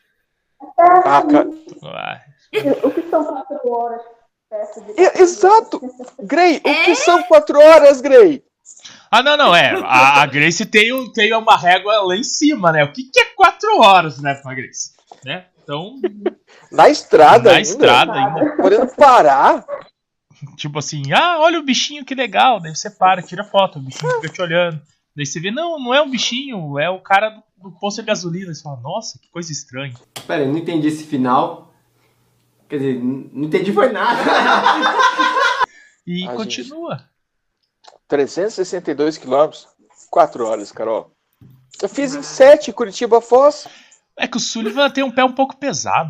O que são 4 horas? Exato! Grey, o que são 4 horas, Grey? Não. A Grace tem uma régua lá em cima, né? O que é 4 horas, né, pra Grace? Né? Então. Na estrada ainda. Podendo parar. Tipo assim, olha o bichinho, que legal. Daí você para, tira foto, o bichinho fica te olhando. Daí você vê, não é um bichinho, é o cara do posto de gasolina. Você fala, nossa, que coisa estranha. Pera, eu não entendi esse final. Quer dizer, não entendi foi nada. E continua. 362 quilômetros, 4 horas, Carol. Eu fiz em 7, Curitiba Foz. É que o Sullivan tem um pé um pouco pesado.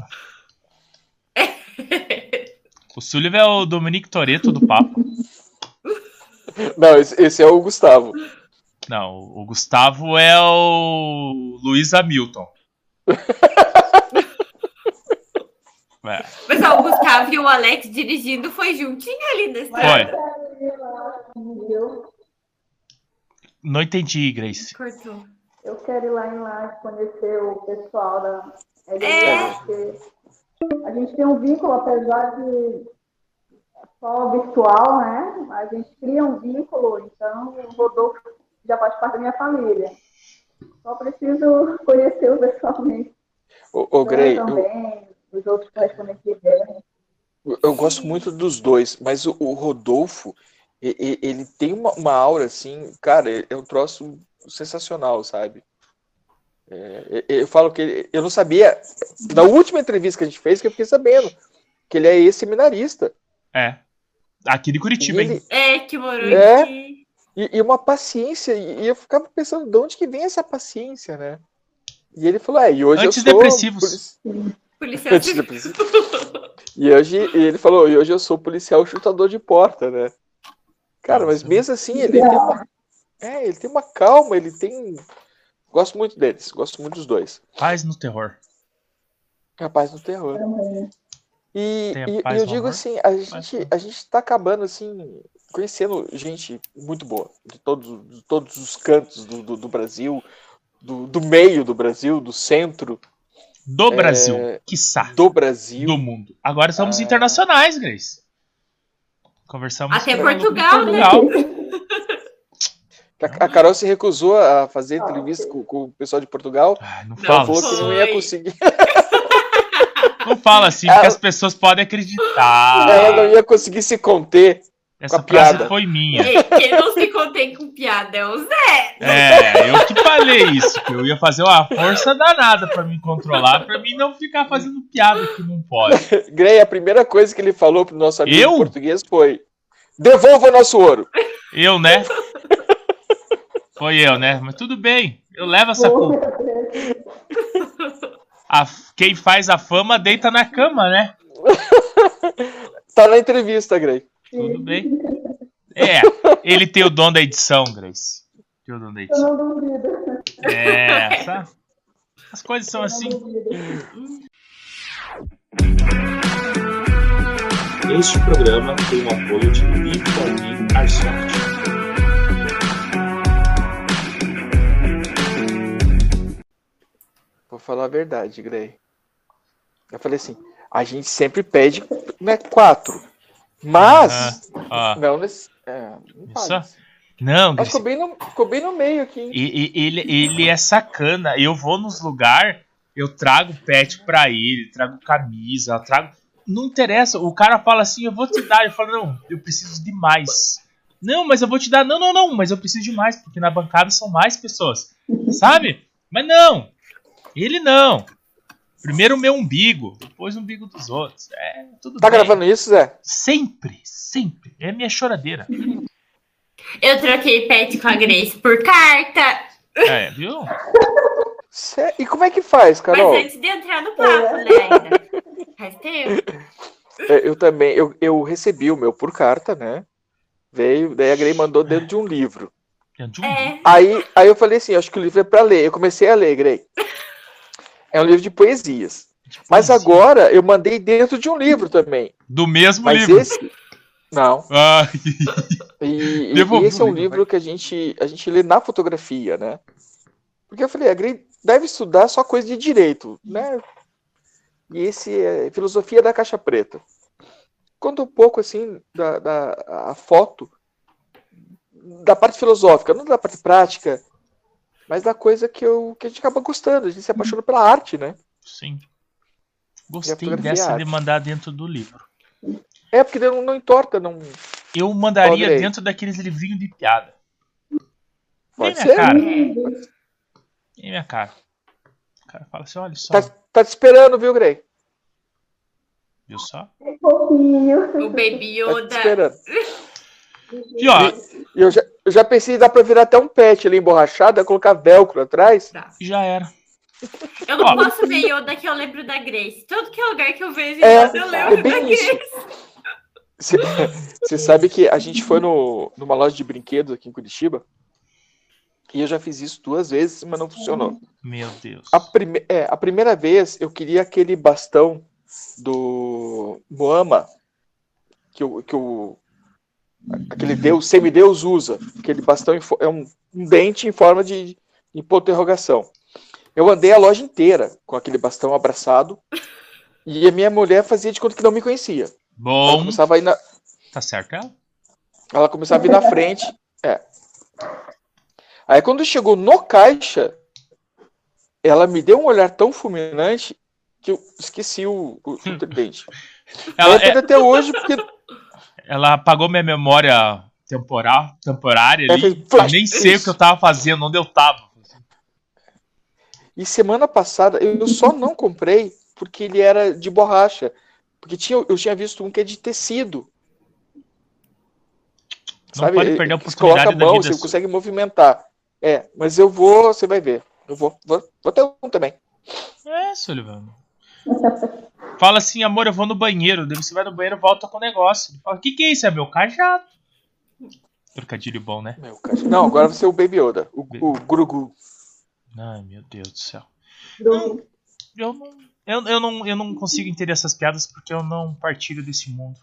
O Sullivan é o Dominique Toretto do papo. Não, esse é o Gustavo. Não, o Gustavo é o Luiz Hamilton. Pessoal, o Gustavo e o Alex dirigindo foi juntinho ali na estrada. Foi. Não entendi, Grace. Cortou. Eu quero ir lá em Lages conhecer o pessoal da LLA, porque a gente tem um vínculo, apesar de só virtual, né? A gente cria um vínculo, então o Rodolfo já faz parte da minha família. Só preciso conhecê-lo pessoalmente. O Grey, também, os outros correspondentes de guerra. Eu gosto muito dos dois, mas o Rodolfo, ele tem uma aura assim, cara, é um troço sensacional, sabe? Eu falo que eu não sabia, na última entrevista que a gente fez, que eu fiquei sabendo que ele é ex-seminarista. Aqui de Curitiba, hein? Que morou aqui. E uma paciência, e eu ficava pensando, de onde que vem essa paciência, né? E ele falou, e hoje antidepressivos. Policial. E hoje ele falou, e hoje eu sou policial chutador de porta, né? Cara, mas mesmo assim, ele tem uma calma, ele tem... Gosto muito deles, gosto muito dos dois. Paz no terror. Paz no terror. E eu digo assim, a gente tá acabando assim, conhecendo gente muito boa, de todos os cantos do Brasil, do meio do Brasil, do centro. Do Brasil, quiçá. Do Brasil. Do mundo. Agora somos internacionais, Grace. Conversamos até Portugal, né? A Carol se recusou a fazer entrevista com o pessoal de Portugal. Não fala. Ela falou que não ia conseguir. Não fala assim, porque as pessoas podem acreditar. Ela não ia conseguir se conter. Essa frase foi minha. Quem não se contém com piada é o Zé. Eu que falei isso, que eu ia fazer uma força danada pra me controlar, pra mim não ficar fazendo piada que não pode. Grey, a primeira coisa que ele falou pro nosso amigo português foi: devolva o nosso ouro. Eu, né? Foi eu, né? Mas tudo bem, eu levo essa culpa. Quem faz a fama deita na cama, né? Tá na entrevista, Grey. Tudo bem. Ele tem o dom da edição, Grace. Tem o dom da edição. Eu não duvido. Sabe? As coisas são assim. Este programa tem o apoio de V4B Airsoft. Vou falar a verdade, Grey. Eu falei assim, a gente sempre pede 4. Mas, não nesse... Não, mas ficou bem no meio aqui. Ele é sacana. Eu vou nos lugares, eu trago pet pra ele, trago camisa, não interessa. O cara fala assim, eu vou te dar. Eu falo, não, eu preciso de mais. Não, mas eu vou te dar. Não, mas eu preciso de mais, porque na bancada são mais pessoas. Sabe? Mas não. Ele não. Primeiro o meu umbigo, depois o umbigo dos outros. Tudo tá bem. Gravando isso, Zé? Sempre. É minha choradeira. Eu troquei pet com a Grace por carta. Viu? E como é que faz, Carol? Mas antes de entrar no papo, né, ainda. Faz tempo. Eu também, eu recebi o meu por carta, né? Veio, daí a Grey mandou dentro de um livro. Aí eu falei assim, acho que o livro é pra ler. Eu comecei a ler, Grey. É um livro de poesias. Mas agora eu mandei dentro de um livro também. Do mesmo livro? Esse... Não. E esse é um livro que a gente lê na fotografia, né? Porque eu falei, a Grey deve estudar só coisa de direito, né? E esse é Filosofia da Caixa Preta. Conta um pouco, assim, da foto, da parte filosófica, não da parte prática, mas da coisa que a gente acaba gostando, a gente se apaixona pela arte, né? Sim. Gostei dessa de mandar dentro do livro. Porque não entorta, não... Eu mandaria dentro daqueles livrinhos de piada. Pode ser. Em minha cara. O cara fala assim, olha só. Tá te esperando, viu, Grey? Viu só? O Baby Yoda. Tá te esperando. E ó... Eu já pensei em dar pra virar até um pet ali emborrachado, colocar velcro atrás. Já era. Eu não posso ver Yoda que eu lembro da Grace. Todo que é lugar que eu vejo Yoda, eu lembro da Grace. Você sabe que a gente foi numa loja de brinquedos aqui em Curitiba e eu já fiz isso 2 vezes, mas não funcionou. Meu Deus. A primeira vez eu queria aquele bastão do Moama aquele semideus usa. Aquele bastão é um dente em forma de ponto de interrogação. Eu andei a loja inteira com aquele bastão abraçado e a minha mulher fazia de conta que não me conhecia. Bom. Ela começava a ir Tá certo ela? Ela começava a ir na frente. Aí quando chegou no caixa, ela me deu um olhar tão fulminante que eu esqueci o tridente. Ela até hoje, porque... Ela apagou minha memória temporária ali. Eu nem sei o que eu tava fazendo, onde eu tava. E semana passada eu só não comprei porque ele era de borracha. Porque eu tinha visto um que é de tecido. Não pode perder a oportunidade coloca a mão, da vida. você consegue movimentar. Mas eu vou, você vai ver. Eu vou ter um também. Sullivan. Fala assim, amor, eu vou no banheiro. Daí você vai no banheiro e volta com o negócio. Fala, o que é isso? É meu cajado. Trocadilho bom, né? Meu cajado. Não, agora vai ser o Baby Yoda. O Guru. Ai, meu Deus do céu. Gru. Eu não consigo entender essas piadas porque eu não partilho desse mundo.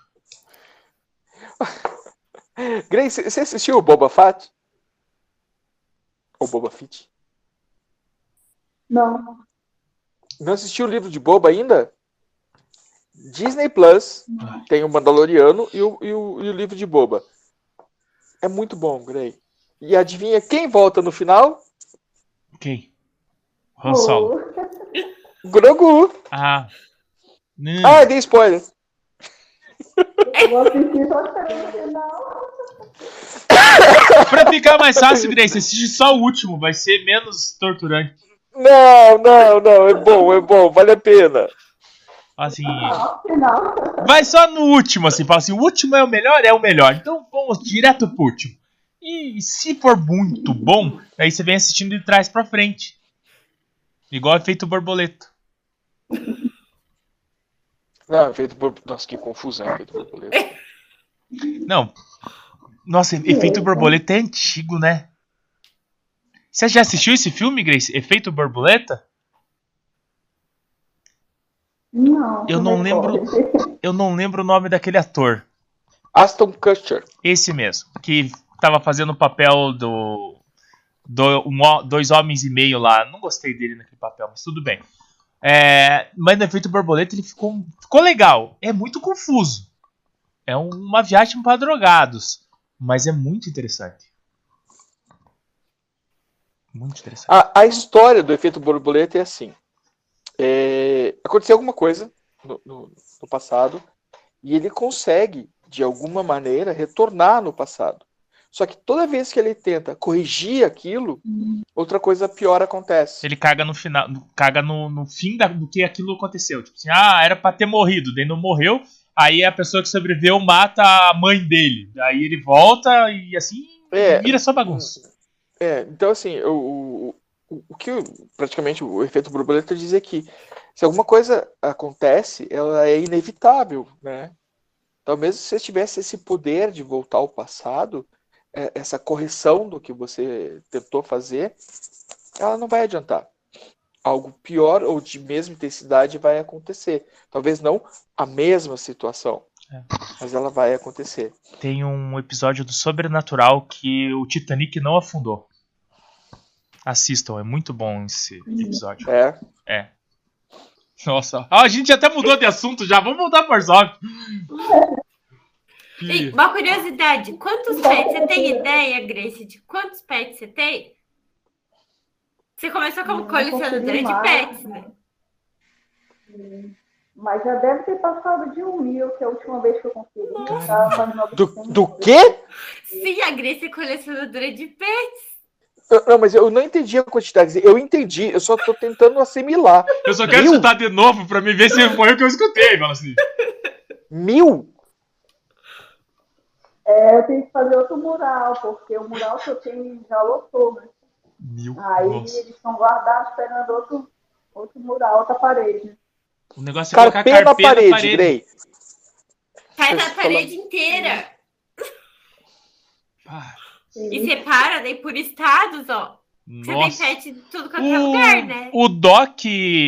Grace, você assistiu o Boba Fett? Ou Boba Fett? Não. Não assistiu o livro de Boba ainda? Disney Plus tem o Mandaloriano e o livro de Boba. É muito bom, Grey. E adivinha quem volta no final? Quem? Han Solo. Grogu. Não. Dei spoiler. Eu vou assistir só esperando o final. Pra ficar mais fácil, Grace, assiste só o último, vai ser menos torturante. Não, é bom, vale a pena. Assim, Final. vai só no último, assim, fala assim, o último é o melhor, então vamos direto pro último. E se for muito bom, aí você vem assistindo de trás pra frente. Igual Efeito Borboleta. Não, Efeito Borboleta. Nossa, que confusão, Efeito Borboleta. Não. Nossa, Efeito Borboleta é antigo, né? Você já assistiu esse filme, Grace? Efeito Borboleta? Não. Eu não lembro o nome daquele ator. Aston Kutcher. Esse mesmo, que tava fazendo o papel Dois Homens e Meio lá. Não gostei dele naquele papel, mas tudo bem. Mas no Efeito Borboleta ele ficou legal. É muito confuso. É uma viagem para drogados. Mas é muito interessante. Muito interessante. A história do Efeito Borboleta é assim. Aconteceu alguma coisa no passado e ele consegue, de alguma maneira, retornar no passado. Só que toda vez que ele tenta corrigir aquilo, outra coisa pior acontece. Ele caga no final, caga no fim do que aquilo aconteceu. Tipo assim, era pra ter morrido, daí não morreu. Aí a pessoa que sobreviveu mata a mãe dele. Aí ele volta e assim vira só bagunça. Então assim, o que praticamente o Efeito Borboleta diz é que se alguma coisa acontece, ela é inevitável, né? Então mesmo se você tivesse esse poder de voltar ao passado, essa correção do que você tentou fazer, ela não vai adiantar. Algo pior ou de mesma intensidade vai acontecer. Talvez não a mesma situação, mas ela vai acontecer. Tem um episódio do Sobrenatural que o Titanic não afundou. Assistam, é muito bom esse episódio. Nossa, a gente até mudou de assunto já, vamos voltar para Orzhov. E uma curiosidade, quantos pets? Você tem ideia, Grace, de quantos pets você tem? Você começou como colecionadora de pets, né? Mas já deve ter passado de 1.000, que é a última vez que eu consegui. Do quê? Sim, a Grace é colecionadora de pets. Não, mas eu não entendi a quantidade. Eu entendi, eu só tô tentando assimilar. Eu só quero escutar de novo pra me ver se foi o que eu escutei. Fala assim. 1.000? Eu tenho que fazer outro mural, porque o mural que eu tenho já lotou, né? 1.000. Aí Nossa. eles estão guardados esperando outro mural, outra parede. O negócio é colocar carpê na parede. Grey. Cai na parede inteira. E separa daí por estados, ó. Nossa. Você tem pet de tudo quanto é lugar, né? O Doc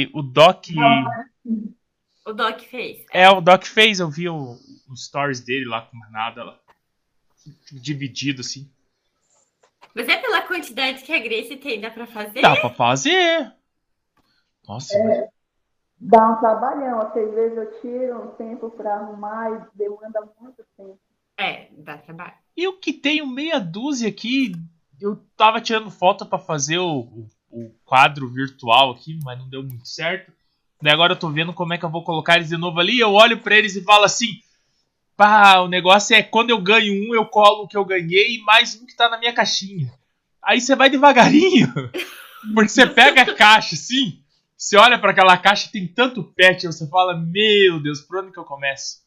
fez. O Doc fez, eu vi os stories dele lá com nada lá. Dividido assim. Mas é pela quantidade que a Grace tem, dá pra fazer? Dá pra fazer. Nossa. Dá um trabalhão, às vezes eu tiro um tempo pra arrumar e demanda muito tempo. Dá trabalho. E o que tenho meia dúzia aqui, eu tava tirando foto pra fazer o quadro virtual aqui, mas não deu muito certo. Daí agora eu tô vendo como é que eu vou colocar eles de novo ali, eu olho pra eles e falo assim, Pá, o negócio é quando eu ganho um, eu colo o que eu ganhei e mais um que tá na minha caixinha. Aí você vai devagarinho, porque você pega a caixa assim, você olha pra aquela caixa tem tanto pet, e você fala, meu Deus, por onde que eu começo?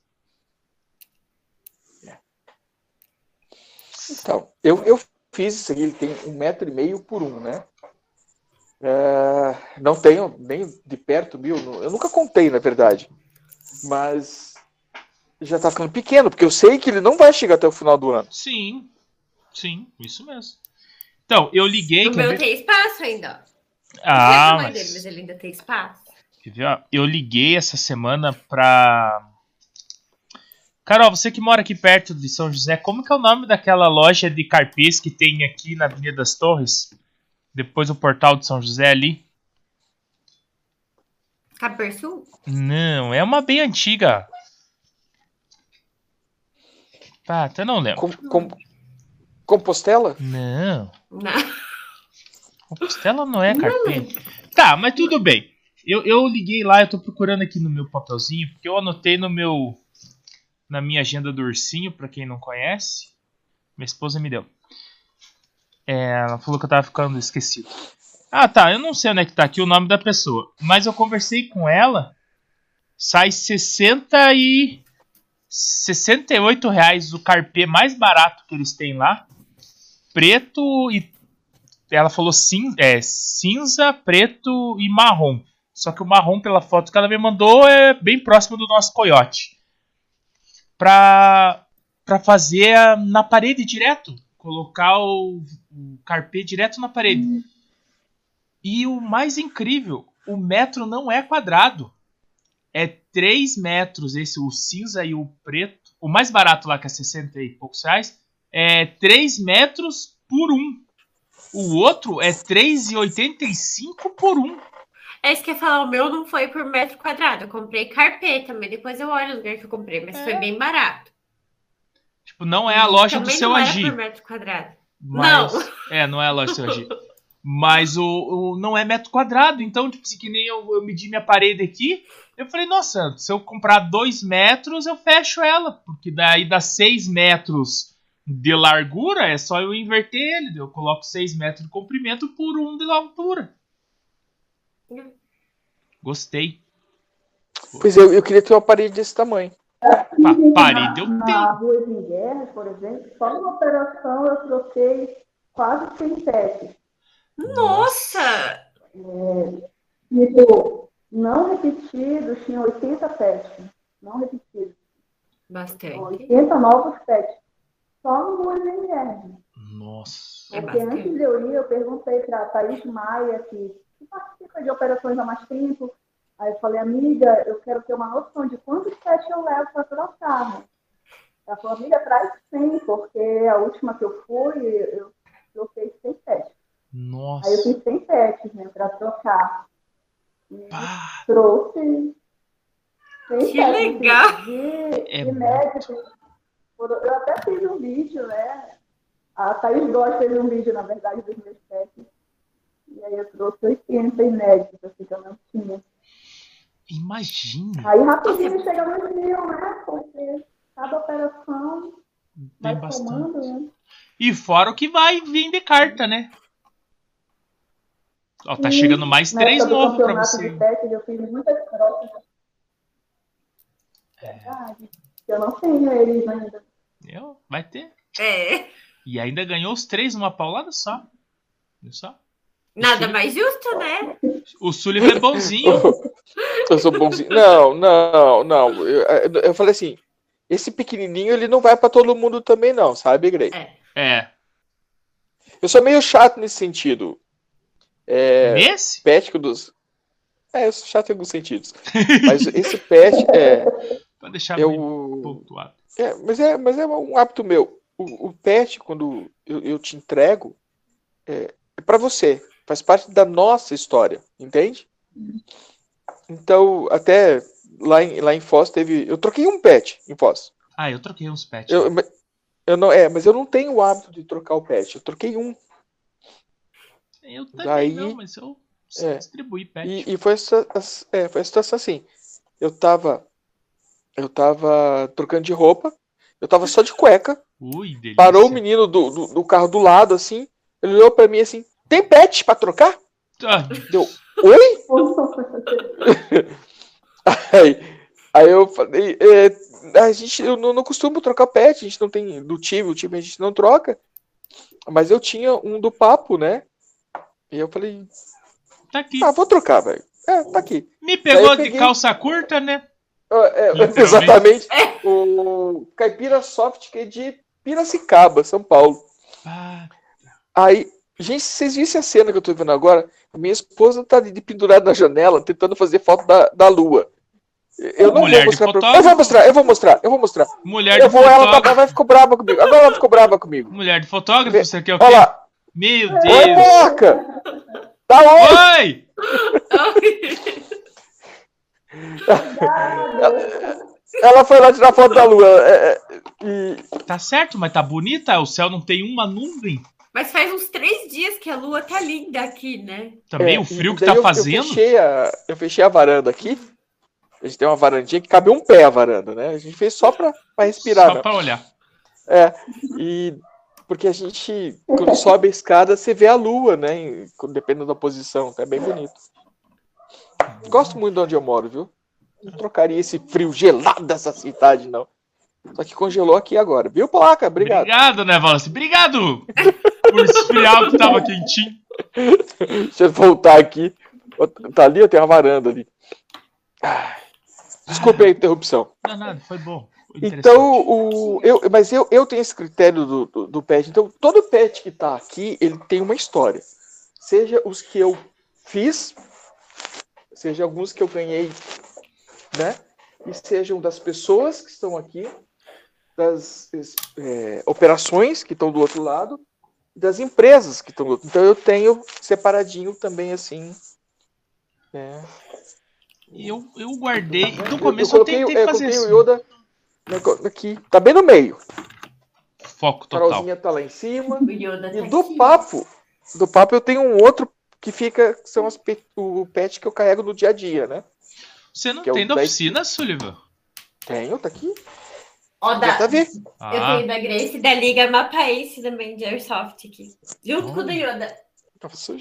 Então, eu fiz isso aqui, ele tem 1,5 m por 1, né? Não tenho nem de perto 1000, eu nunca contei, na verdade. Mas já tá ficando pequeno, porque eu sei que ele não vai chegar até o final do ano. Sim, isso mesmo. Então, eu liguei... O meu tem espaço ainda. Ah, não sei o tamanho dele, mas ele ainda tem espaço. Quer ver, ó? Eu liguei essa semana pra... Carol, você que mora aqui perto de São José, como que é o nome daquela loja de carpês que tem aqui na Avenida das Torres? Depois do portal de São José ali? Capersul? Não, é uma bem antiga. Tá, até não lembro. Compostela? Não. Não. Compostela não é carpês. Tá, mas tudo bem. Eu liguei lá, eu tô procurando aqui no meu papelzinho, porque eu anotei na minha agenda do ursinho, pra quem não conhece. Minha esposa me deu. Ela falou que eu tava ficando esquecido. Ah, tá, eu não sei onde é que tá aqui o nome da pessoa, mas eu conversei com ela, sai R$68 o carpê mais barato que eles têm lá, preto e... Ela falou cinza, preto e marrom. Só que o marrom, pela foto que ela me mandou, é bem próximo do nosso coiote. Pra fazer na parede direto. Colocar o carpê direto na parede. E o mais incrível, o metro não é quadrado. É 3 metros, o cinza e o preto. O mais barato lá, que é 60 e poucos reais, é 3 metros por 1. O outro é 3,85 por 1. É isso que eu ia falar, o meu não foi por metro quadrado. Eu comprei carpê também. Depois eu olho o lugar que eu comprei, mas foi bem barato. Tipo, não é a loja do seu Agir. Também não era por metro quadrado. Mas, não. Não é a loja do seu Agir. Mas o não é metro quadrado. Então, tipo, se que nem eu medi minha parede aqui, eu falei, nossa, se eu comprar 2 metros, eu fecho ela. Porque daí dá 6 metros de largura, é só eu inverter ele. Eu coloco 6 metros de comprimento por 1 de altura. Gostei. Pois eu queria ter uma parede desse tamanho. Parede eu Na tenho. Rua de Guerra, por exemplo, só numa operação eu troquei quase 100 pets. Nossa! Tipo, não repetidos, tinha 80 pets. Não repetidos. Bastante. 80 novos pets. Só no Rua de Guerra. Nossa. Porque antes de eu ir, eu perguntei para a Thaís Maia, que participa de operações há mais tempo. Aí eu falei, amiga, eu quero ter uma noção de quantos pets eu levo para trocar. Ela falou, amiga, traz 100, porque a última que eu fui, eu troquei 100 pets. Nossa. Aí eu fiz 100 pets, né, para trocar. E trouxe 100 que pets. Legal! De médico. Eu até fiz um vídeo, né? A Thaís Góes fez um vídeo, na verdade, dos meus pets. E aí eu trouxe 80 inéditos, assim, que eu não tinha. Imagina. Aí rapidinho chega nos 1000, né? Porque cada operação vai bastante. Somando, né? E fora o que vai vir de carta, né? Ó, tá chegando mais 3 novos pra você. De pet, eu fiz muitas trocas. Verdade. Eu não tenho eles ainda. Vai ter. E ainda ganhou os 3 numa paulada só. Viu só? Nada mais justo, né? O Sullivan é bonzinho. Eu sou bonzinho. Não. Eu falei assim, esse pequenininho, ele não vai pra todo mundo também não, sabe, Grey? Eu sou meio chato nesse sentido. Nesse? Pético dos... eu sou chato em alguns sentidos. Mas esse pet pra deixar bem pontuado. Mas é um hábito meu. O pet, quando eu te entrego, é pra você. Faz parte da nossa história, entende? Então, até lá em Foz teve... Eu troquei um pet em Foz. Eu troquei uns pets. Mas eu não tenho o hábito de trocar o pet. Eu troquei um. Eu também não, mas eu distribuí pet. E foi a situação assim. Eu tava Eu tava trocando de roupa. Eu tava só de cueca. Ui, delícia. Parou o menino do carro do lado, assim. Ele olhou pra mim assim: tem pet pra trocar? Deu, oi? aí eu falei: eu não costumo trocar pet, a gente não tem do time, o time a gente não troca. Mas eu tinha um do papo, né? E eu falei: tá aqui. Vou trocar, velho. Tá aqui. Me pegou de calça curta, né? Exatamente. O Caipira Soft, que é de Piracicaba, São Paulo. Aí, gente, se vocês vissem a cena que eu tô vendo agora, a minha esposa tá de pendurada na janela, tentando fazer foto da lua. Eu não vou mostrar pra você. Eu vou mostrar. Mulher de fotógrafo. Ela vai ficar brava comigo. Agora ela ficou brava comigo. Mulher de fotógrafo, você quer o quê? Olha lá. Meu Deus. Oi, Poca! Tá Oi! Ela foi lá tirar foto da lua. Tá certo, mas tá bonita. O céu não tem uma nuvem. Mas faz uns 3 dias que a lua tá linda aqui, né? Também o frio que tá fazendo. Eu fechei a varanda aqui. A gente tem uma varandinha que cabe um pé a varanda, né? A gente fez só pra respirar. Só pra olhar. Porque a gente, quando sobe a escada, você vê a lua, né? Dependendo da posição. É bem bonito. Gosto muito de onde eu moro, viu? Não trocaria esse frio gelado dessa cidade, não. Só que congelou aqui agora. Viu, Placa? Obrigado. Obrigado, né, Wallace? Obrigado por esfriar o que tava quentinho. Deixa eu voltar aqui. Tá ali, eu tenho uma varanda ali. Desculpe a interrupção. Não, nada, foi bom. Então, eu tenho esse critério do pet. Então, todo pet que tá aqui, ele tem uma história. Seja os que eu fiz, seja alguns que eu ganhei, né? E sejam das pessoas que estão aqui, das operações que estão do outro lado, das empresas que estão do outro lado. Então, eu tenho separadinho também, assim, né? Eu guardei. No começo eu tentei fazer isso. O Yoda aqui, tá bem no meio. Foco total. A Carolzinha tá lá em cima. O Yoda tá E do papo eu tenho um outro que fica, são o pet que eu carrego no dia a dia, né? Você não tem da oficina, Sullivan? Tenho, tá aqui. Ó, tá vendo? Eu tenho da Grace da Liga Mapaense também de Airsoft aqui. Junto com o do Yoda. Nossa.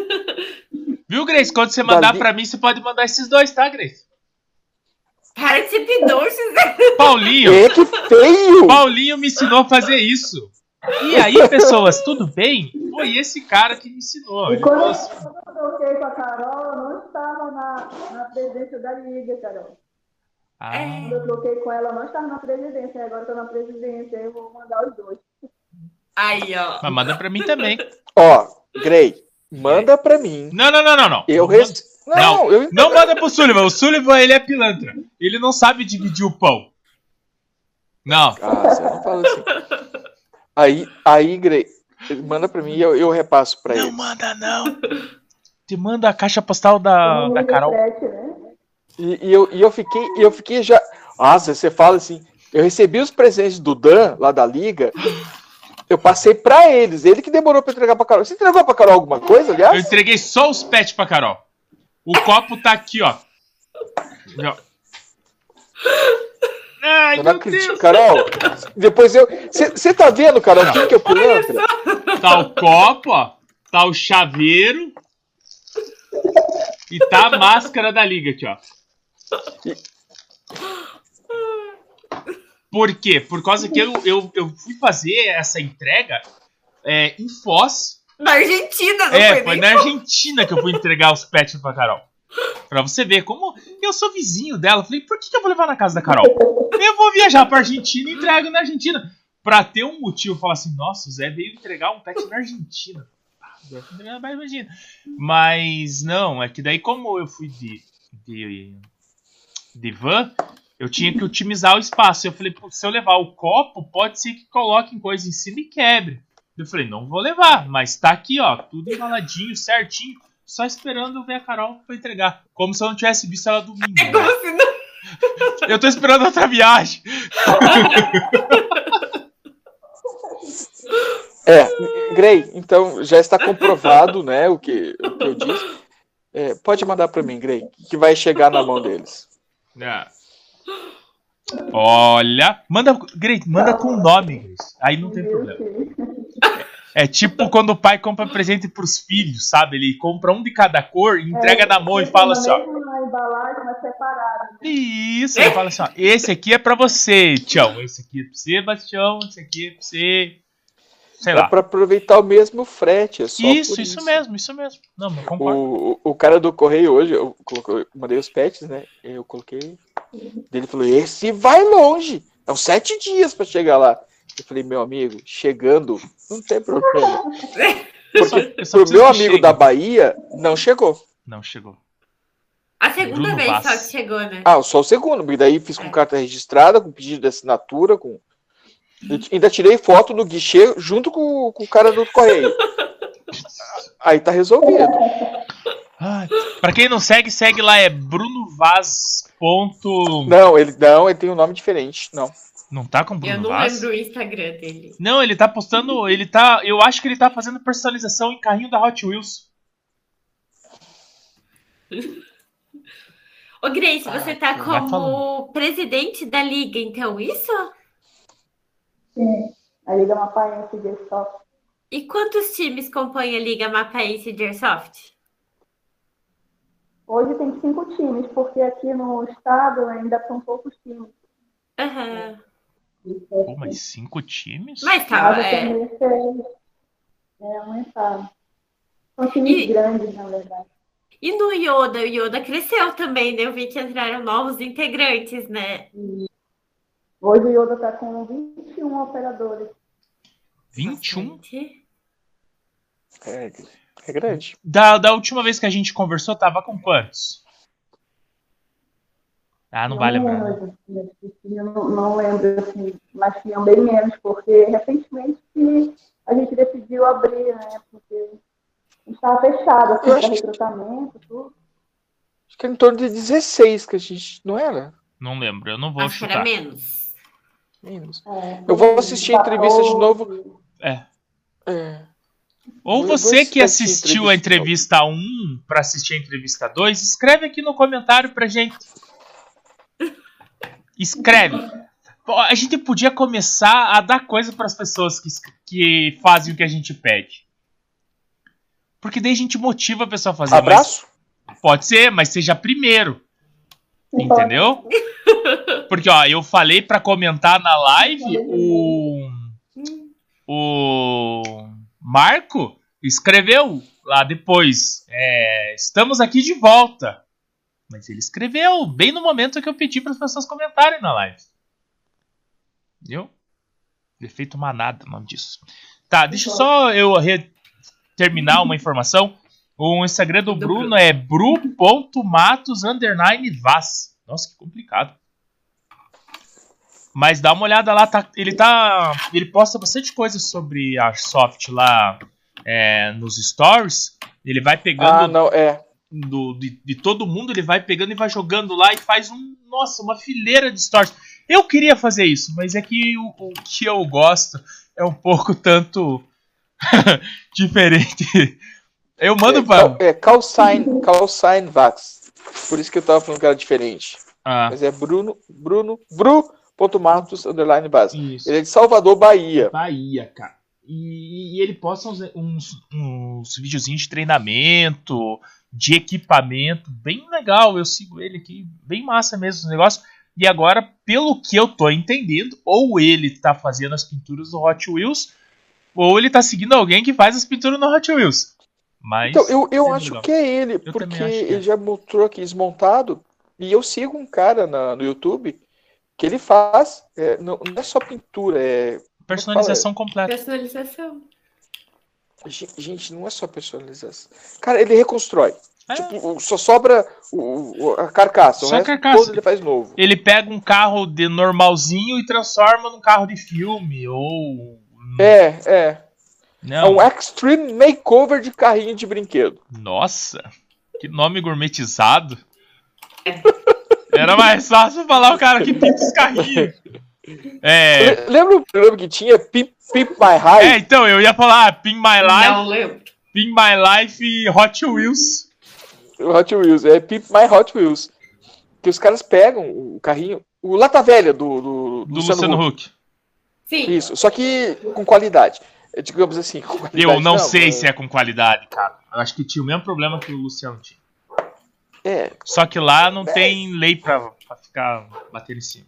Viu, Grace? Quando você mandar pra mim, você pode mandar esses dois, tá, Grace? Para de ser pidonço, Paulinho! Que feio! Paulinho me ensinou a fazer isso. E aí, pessoas, tudo bem? Foi esse cara que me ensinou. E quando eu troquei com a Carol, eu não estava na presidência da Liga, Carol. Quando eu troquei com ela, eu não estava na presidência. Agora eu estou na presidência, eu vou mandar os dois. Aí, ó. Mas manda pra mim também. Ó, Grey, manda pra mim. Não. Não manda pro Sullivan. O Sullivan, ele é pilantra. Ele não sabe dividir o pão. Não. Você não fala assim. Aí, Grey, manda pra mim e eu repasso pra ele. Não manda, não. Te manda a caixa postal da Carol. E eu fiquei já... Nossa, você fala assim... Eu recebi os presentes do Dan, lá da Liga... Eu passei pra eles. Ele que demorou pra entregar pra Carol. Você entregou pra Carol alguma coisa, aliás? Eu entreguei só os pets pra Carol. O copo tá aqui, ó. Ai, eu não acredito. Carol, depois eu... Você tá vendo, Carol, quem que é o pilantra? Tá o copo, ó. Tá o chaveiro. E tá a máscara da Liga aqui, ó. Por quê? Por causa que eu fui fazer essa entrega em Foz. Na Argentina, não foi na Argentina que eu fui entregar os pets pra Carol. Pra você ver como eu sou vizinho dela. Falei, por que eu vou levar na casa da Carol? Eu vou viajar pra Argentina e entrego na Argentina. Pra ter um motivo, falar assim, nossa, o Zé veio entregar um pet na Argentina. Imagina. Mas não, é que daí como eu fui de van... Eu tinha que otimizar o espaço. Eu falei, se eu levar o copo, pode ser que coloquem coisa em cima e quebre. Eu falei, não vou levar, mas tá aqui, ó, tudo embaladinho, certinho, só esperando eu ver a Carol pra entregar. Como se eu não tivesse visto ela domingo. É como se não... Eu tô esperando outra viagem. Grey, então já está comprovado, né, o que eu disse. Pode mandar pra mim, Grey, que vai chegar na mão deles. Olha, manda com o nome, Grace. Aí não tem problema. É tipo quando o pai compra presente pros filhos, sabe? Ele compra um de cada cor, entrega na mão e fala assim, ó. Na embalagem, mas separado. Isso, ele fala assim, ó. Esse aqui é pra você, Tião. Esse aqui é pra você, Bastião. Esse aqui é pra você. Sei lá. Dá pra aproveitar o mesmo frete. É só Isso mesmo. Não, mas concordo. O cara do correio hoje, eu mandei os pets, né? Eu coloquei. Ele falou: esse vai longe. São 7 dias pra chegar lá. Eu falei: meu amigo, chegando, não tem problema. Porque pro meu amigo da Bahia, não chegou. Não chegou. A segunda vez só que chegou, né? Só o segundo, porque daí fiz com carta registrada, com pedido de assinatura, com. Eu ainda tirei foto no guichê junto com o cara do correio. Aí tá resolvido. Pra quem não segue lá, é Bruno Vaz. Não, ele tem um nome diferente, não. Não tá com Bruno Vaz? Eu não lembro o Instagram dele. Não, ele tá postando, eu acho que ele tá fazendo personalização em carrinho da Hot Wheels. Ô Grace, você tá como presidente da liga, então, isso? Sim, a Liga Mapaense de Airsoft. E quantos times compõem a Liga Mapaense de Airsoft? Hoje tem 5 times, porque aqui no estado ainda são poucos times. Aham. Pô, mas 5 times? Mas tá, aumentado. São times grandes, na verdade. E no Yoda? O Yoda cresceu também, né? Eu vi que entraram novos integrantes, né? Hoje o Yoda tá com 21 operadores. 21? É grande. Da última vez que a gente conversou, tava com quantos? Não vai lembrar. Não lembro, assim, mas tinham bem menos, porque recentemente a gente decidiu abrir, né? Porque estava fechado, assim, para recrutamento, tudo. Acho que é em torno de 16 que a gente. Não era? Não lembro, eu não vou chutar. Era menos. Eu vou assistir a entrevista de novo. Ou você que assistiu a entrevista 1 para assistir a entrevista 2, escreve aqui no comentário pra gente. Escreve. A gente podia começar a dar coisa para as pessoas que fazem o que a gente pede. Porque daí a gente motiva a pessoa a fazer. Abraço? Pode ser, mas seja primeiro. Entendeu? Porque, ó, eu falei para comentar na live, o Marco escreveu lá depois, estamos aqui de volta. Mas ele escreveu bem no momento que eu pedi para as pessoas comentarem na live. Entendeu? Efeito manada, o nome disso. Tá, deixa só eu terminar uma informação. O Instagram do Bruno é bru.matos_vaz. Nossa, que complicado. Mas dá uma olhada lá, ele posta bastante coisa sobre a Airsoft lá nos stories. Ele vai pegando de todo mundo, ele vai pegando e vai jogando lá e faz uma fileira de stories. Eu queria fazer isso, mas é que o que eu gosto é um pouco tanto diferente. Eu mando para... Call sign Vax. Por isso que eu tava falando que era diferente. Mas é bru.matos_vaz. Ele é de Salvador, Bahia. Bahia, cara. E ele posta uns videozinhos de treinamento, de equipamento, bem legal. Eu sigo ele aqui, bem massa mesmo esse negócio. E agora, pelo que eu tô entendendo, ou ele tá fazendo as pinturas do Hot Wheels, ou ele tá seguindo alguém que faz as pinturas no Hot Wheels. Mas então, eu acho que é ele, porque ele já mostrou aqui desmontado, e eu sigo um cara no YouTube que ele faz, não é só pintura, personalização completa. Personalização. Gente, não é só personalização. Cara, ele reconstrói. Tipo, só sobra a carcaça. Só a carcaça. Todo ele faz novo. Ele pega um carro de normalzinho e transforma num carro de filme. Ou. Não. É um extreme makeover de carrinho de brinquedo. Nossa, que nome gourmetizado. Era mais fácil falar o cara que pinta os carrinhos. Lembra o programa que tinha Pimp My Ride? Então, eu ia falar Pimp My Life. Não lembro. Pimp My Life e Hot Wheels. Hot Wheels, Pimp My Hot Wheels. Que os caras pegam o carrinho, O Lata Velha do Luciano Huck. Sim. Isso, só que com qualidade. Digamos assim, com qualidade. Eu não sei se é com qualidade, cara. Eu acho que tinha o mesmo problema que o Luciano tinha. Só que lá não tem lei pra ficar batendo em cima.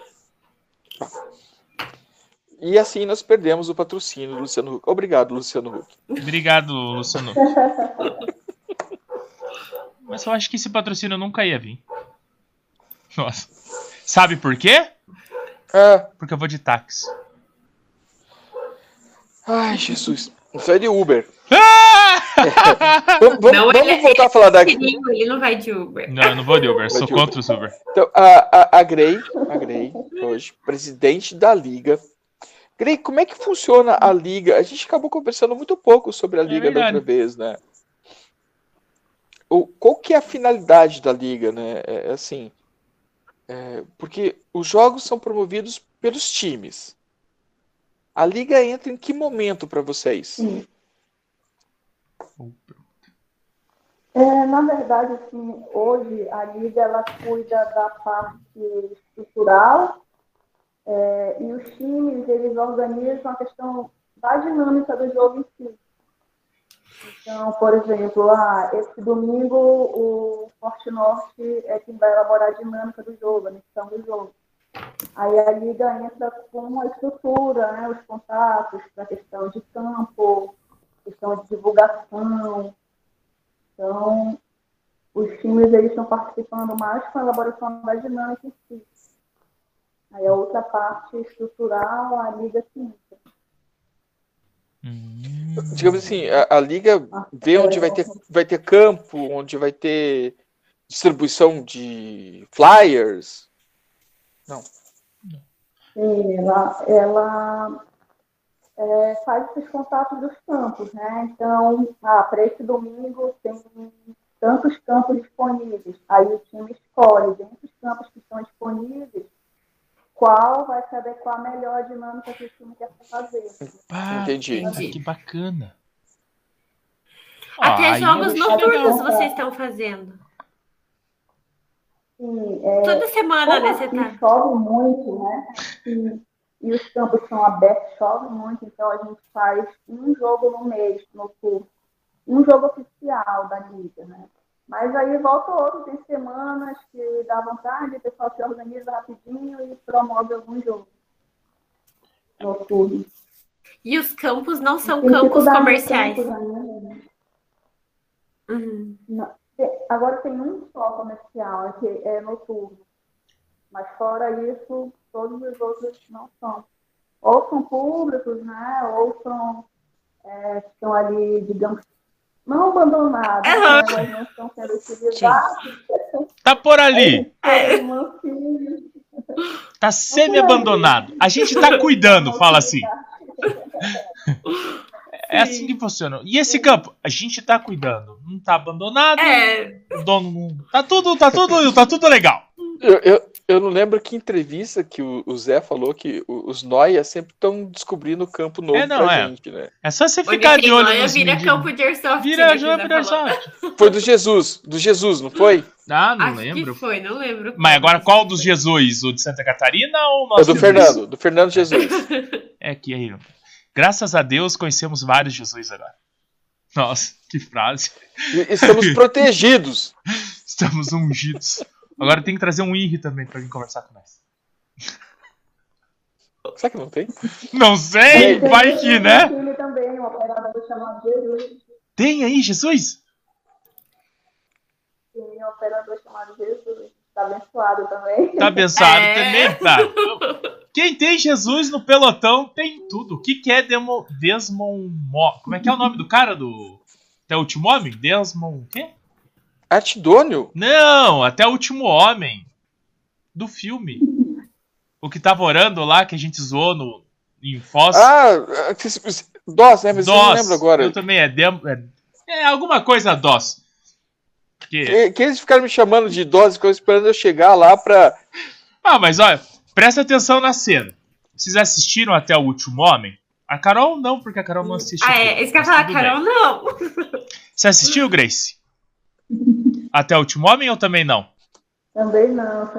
E assim nós perdemos o patrocínio do Luciano Huck. Obrigado, Luciano Huck. Obrigado, Luciano Huck. Mas eu acho que esse patrocínio nunca ia vir. Nossa. Sabe por quê? Porque eu vou de táxi. Ai, Jesus. Isso é de Uber. Vamos voltar a falar da... Ele não vai de Uber. Não, eu não vou de Uber. Sou contra os Uber. Então, a Grey, hoje, presidente da Liga. Grey, como é que funciona a Liga? A gente acabou conversando muito pouco sobre a Liga da outra vez, né? Qual que é a finalidade da Liga, né? Assim, porque os jogos são promovidos pelos times. A Liga entra em que momento para vocês? Sim. Na verdade, assim, hoje a Liga ela cuida da parte estrutural e os times eles organizam a questão da dinâmica do jogo em si. Então, por exemplo, esse domingo o Forte Norte é quem vai elaborar a dinâmica do jogo, a missão do jogo. Aí a Liga entra com a estrutura, né, os contatos para a questão de campo, questão de divulgação. Então, os times eles estão participando mais com a elaboração da dinâmica em si. Aí a outra parte estrutural, a Liga se entra. Digamos assim, a Liga vê onde vai ter campo, onde vai ter distribuição de flyers. Não. Sim, ela faz esses contatos dos campos, né? Então, para esse domingo tem tantos campos disponíveis. Aí o time escolhe, dentre os campos que estão disponíveis, qual vai se adequar melhor à dinâmica que o time quer fazer. Entendi. Que bacana. Até jogos noturnos vocês estão fazendo. Sim, toda semana, né? Você tá. Chove muito, né? E os campos são abertos, chove muito, então a gente faz um jogo no mês, noturno. Um jogo oficial da Liga, né? Mas aí volta outro, tem semanas que dá vontade, o pessoal se organiza rapidinho e promove algum jogo noturno. E os campos não são campos comerciais? Não. Agora tem um só comercial, que é noturno. Mas fora isso, todos os outros não são. Ou são públicos, né? Ou são estão ali, digamos, não abandonados, né? Mas não estão sendo utilizados. Tá por ali. Tá semi-abandonado. A gente tá cuidando, fala assim. É assim que funciona. E esse campo, a gente tá cuidando. Não tá abandonado. O dono não... Tá tudo legal. Eu não lembro que entrevista que o Zé falou que os Noia sempre estão descobrindo campo novo pra gente, né? É só você ficar de olho nos vira campo de airsoft. Vira campo de airsoft. Foi do Jesus, não foi? Não lembro. Que foi, não lembro. Mas agora qual dos Jesus? O de Santa Catarina ou o nosso? É do Fernando Jesus. É que aí, graças a Deus conhecemos vários Jesus agora. Nossa, que frase. Estamos protegidos. Estamos ungidos. Agora tem que trazer um IR também pra vir conversar com nós. Será que não tem? Não sei, vai que, né? Tem também um operador chamado Jesus. Tem aí, Jesus? Tem um operador chamado Jesus. Tá abençoado também. Tá abençoado também, tá. Quem tem Jesus no pelotão tem tudo. O que é Desmond... Como é que é o nome do cara do... Até o Último Homem? Desmond... O quê? Artidônio? Não, Até o Último Homem. Do filme. O que tava orando lá, que a gente zoou em Foz. DOS, né? Mas eu não lembro agora. Eu também, é alguma coisa DOS. Que eles ficaram me chamando de DOS, ficam esperando eu chegar lá pra... Mas olha, presta atenção na cena. Vocês assistiram Até o Último Homem? A Carol não, porque a Carol não assistiu. Isso que eu ia falar, a Carol não. Você assistiu, Grace? Até o Último Homem ou também não? Também não.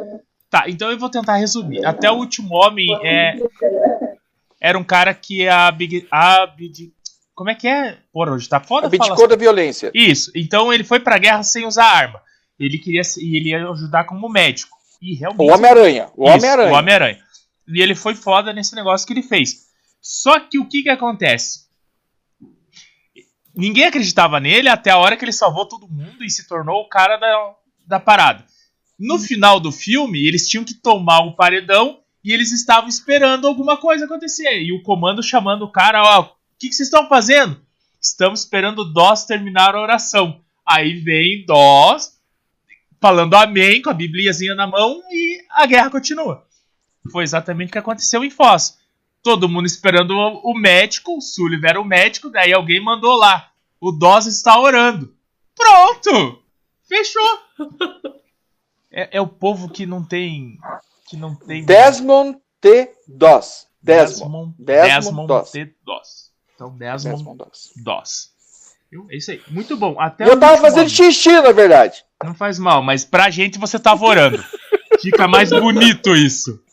Tá, então eu vou tentar resumir. Até o Último Homem era um cara que como é que é? Porra, hoje tá foda. Abdicou da violência. Isso. Então ele foi pra guerra sem usar arma. Ele ia ajudar como médico. E realmente... O Homem-Aranha. O Homem-Aranha. E ele foi foda nesse negócio que ele fez. Só que o que acontece? Ninguém acreditava nele até a hora que ele salvou todo mundo e se tornou o cara da parada. No final do filme, eles tinham que tomar o paredão e eles estavam esperando alguma coisa acontecer. E o comando chamando o cara, ó, o que vocês estão fazendo? Estamos esperando o Dawes terminar a oração. Aí vem Dawes falando amém, com a bibliazinha na mão, e a guerra continua. Foi exatamente o que aconteceu em Foz. Todo mundo esperando o médico, o Sullivan era o médico, daí alguém mandou lá, o Dawes está orando. Pronto! Fechou! É o povo que não tem... Desmond T. Doss. Desmond Doss. T. Doss. Então, Desmond Doss. É isso aí. Muito bom. Até eu tava fazendo xixi, na verdade. Não faz mal, mas pra gente você tava orando. Fica mais bonito isso.